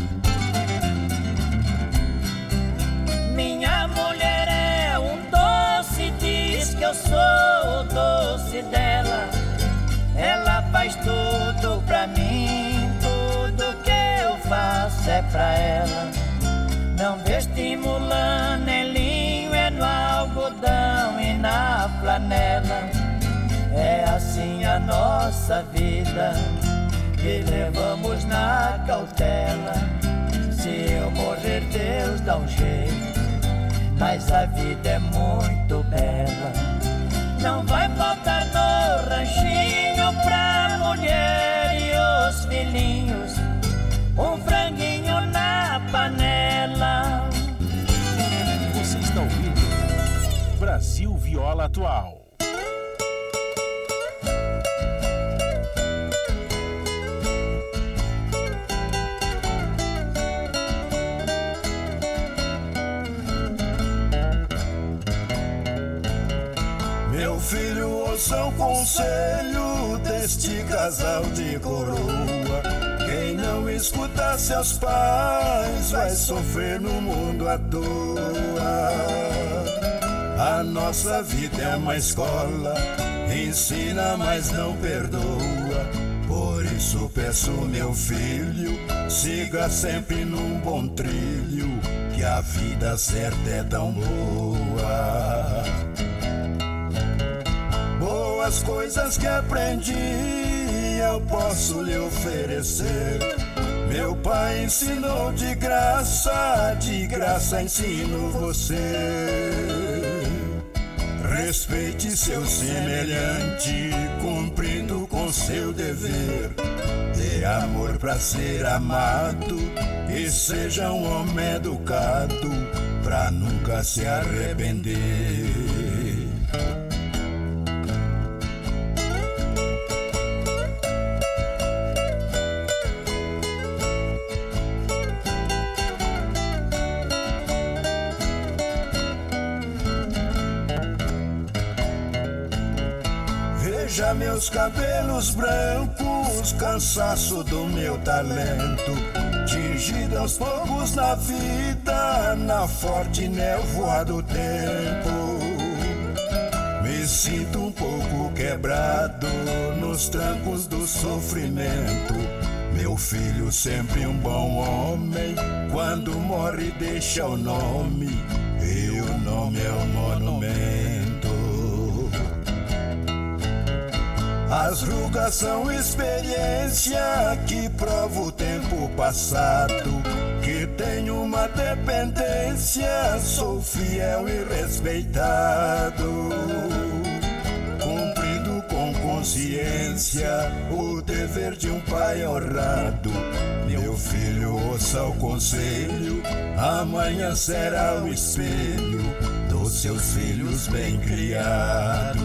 Minha mulher é um doce, diz que eu sou o doce dela. Ela faz tudo pra mim, tudo que eu faço é pra ela. Não vestimula nem linho, é no algodão e na flanela. É assim a nossa vida, que levamos na cautela. Se eu morrer, Deus dá um jeito, mas a vida é muito bela. Não vai faltar no ranchinho pra mulher e os filhinhos um franguinho na panela. Brasil Viola Atual. Meu filho, ouça o conselho deste casal de coroa. Quem não escuta seus pais vai sofrer no mundo à toa. A nossa vida é uma escola, ensina, mas não perdoa. Por isso peço, meu filho, siga sempre num bom trilho, que a vida certa é tão boa. Boas coisas que aprendi eu posso lhe oferecer. Meu pai ensinou de graça, de graça ensino você. Respeite seu semelhante, cumprindo com seu dever. Dê amor pra ser amado e seja um homem educado, pra nunca se arrepender. Veja meus cabelos brancos, cansaço do meu talento, tingido aos poucos na vida, na forte névoa do tempo. Me sinto um pouco quebrado nos trancos do sofrimento. Meu filho, sempre um bom homem, quando morre deixa o nome, e o nome é um monumento. As rugas são experiência que prova o tempo passado, que tem uma dependência, sou fiel e respeitado, cumprindo com consciência o dever de um pai honrado. Meu filho, ouça o conselho, amanhã será o espelho dos seus filhos bem criados.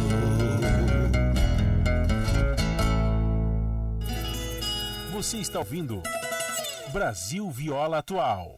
Você está ouvindo Brasil Viola Atual.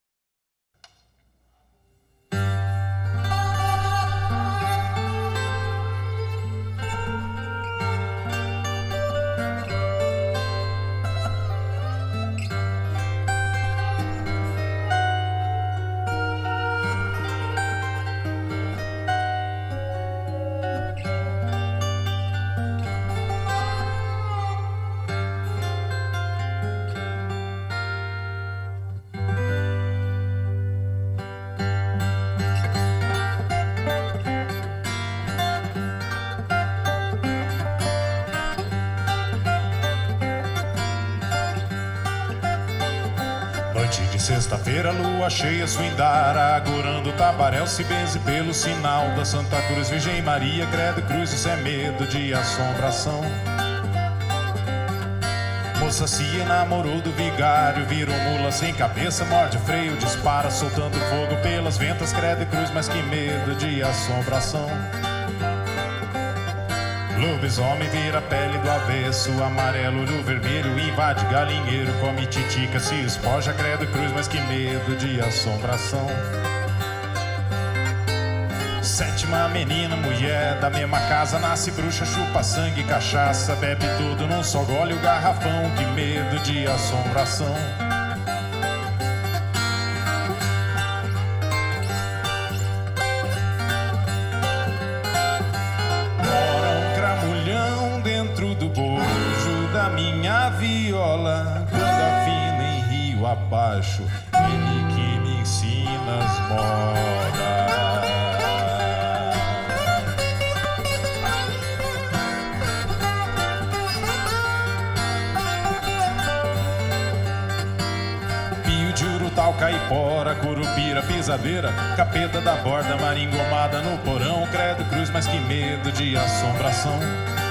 Sexta-feira, lua cheia, Suindara, agorando o tabaréu, se benze pelo sinal da Santa Cruz, Virgem Maria, credo, cruz, isso é medo de assombração. Moça se enamorou do vigário, virou mula sem cabeça, morde freio, dispara, soltando fogo pelas ventas, credo, cruz, mas que medo de assombração. Lobisomem vira a pele do avesso, amarelo, olho vermelho, invade galinheiro, come titica, se espoja, credo, cruz, mas que medo de assombração. Sétima menina, mulher da mesma casa, nasce bruxa, chupa sangue, cachaça, bebe tudo num só gole, o garrafão, que medo de assombração. Viola, quando afina em rio abaixo, ele que me ensina as modas. Pio de urutau, caipora, curupira, pisadeira, capeta da borda, maringomada no porão, credo, cruz, mas que medo de assombração.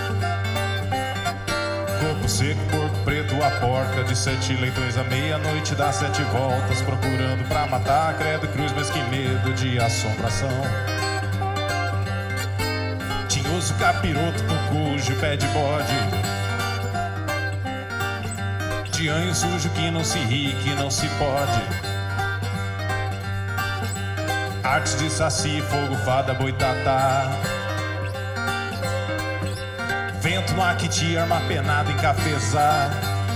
Corpo seco, porco preto, a porca de sete leitões à meia-noite dá sete voltas, procurando pra matar, credo, cruz, mas que medo de assombração. manhoso, capiroto, cucujo, pé de bode. De anho sujo que não se ri, que não se pode. Artes de saci, fogo, fada, boitatá. Vento no Aquiti, arma penada em cafezar.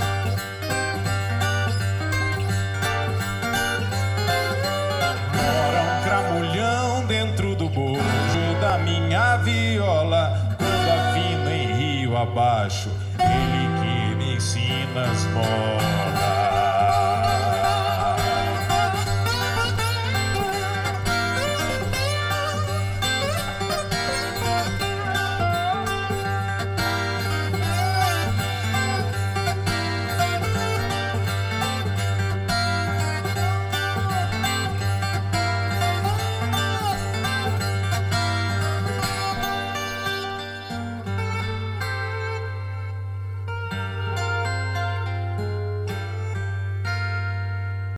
Mora um cramulhão dentro do bojo da minha viola. Quando afina em rio abaixo, ele que me ensina as modas.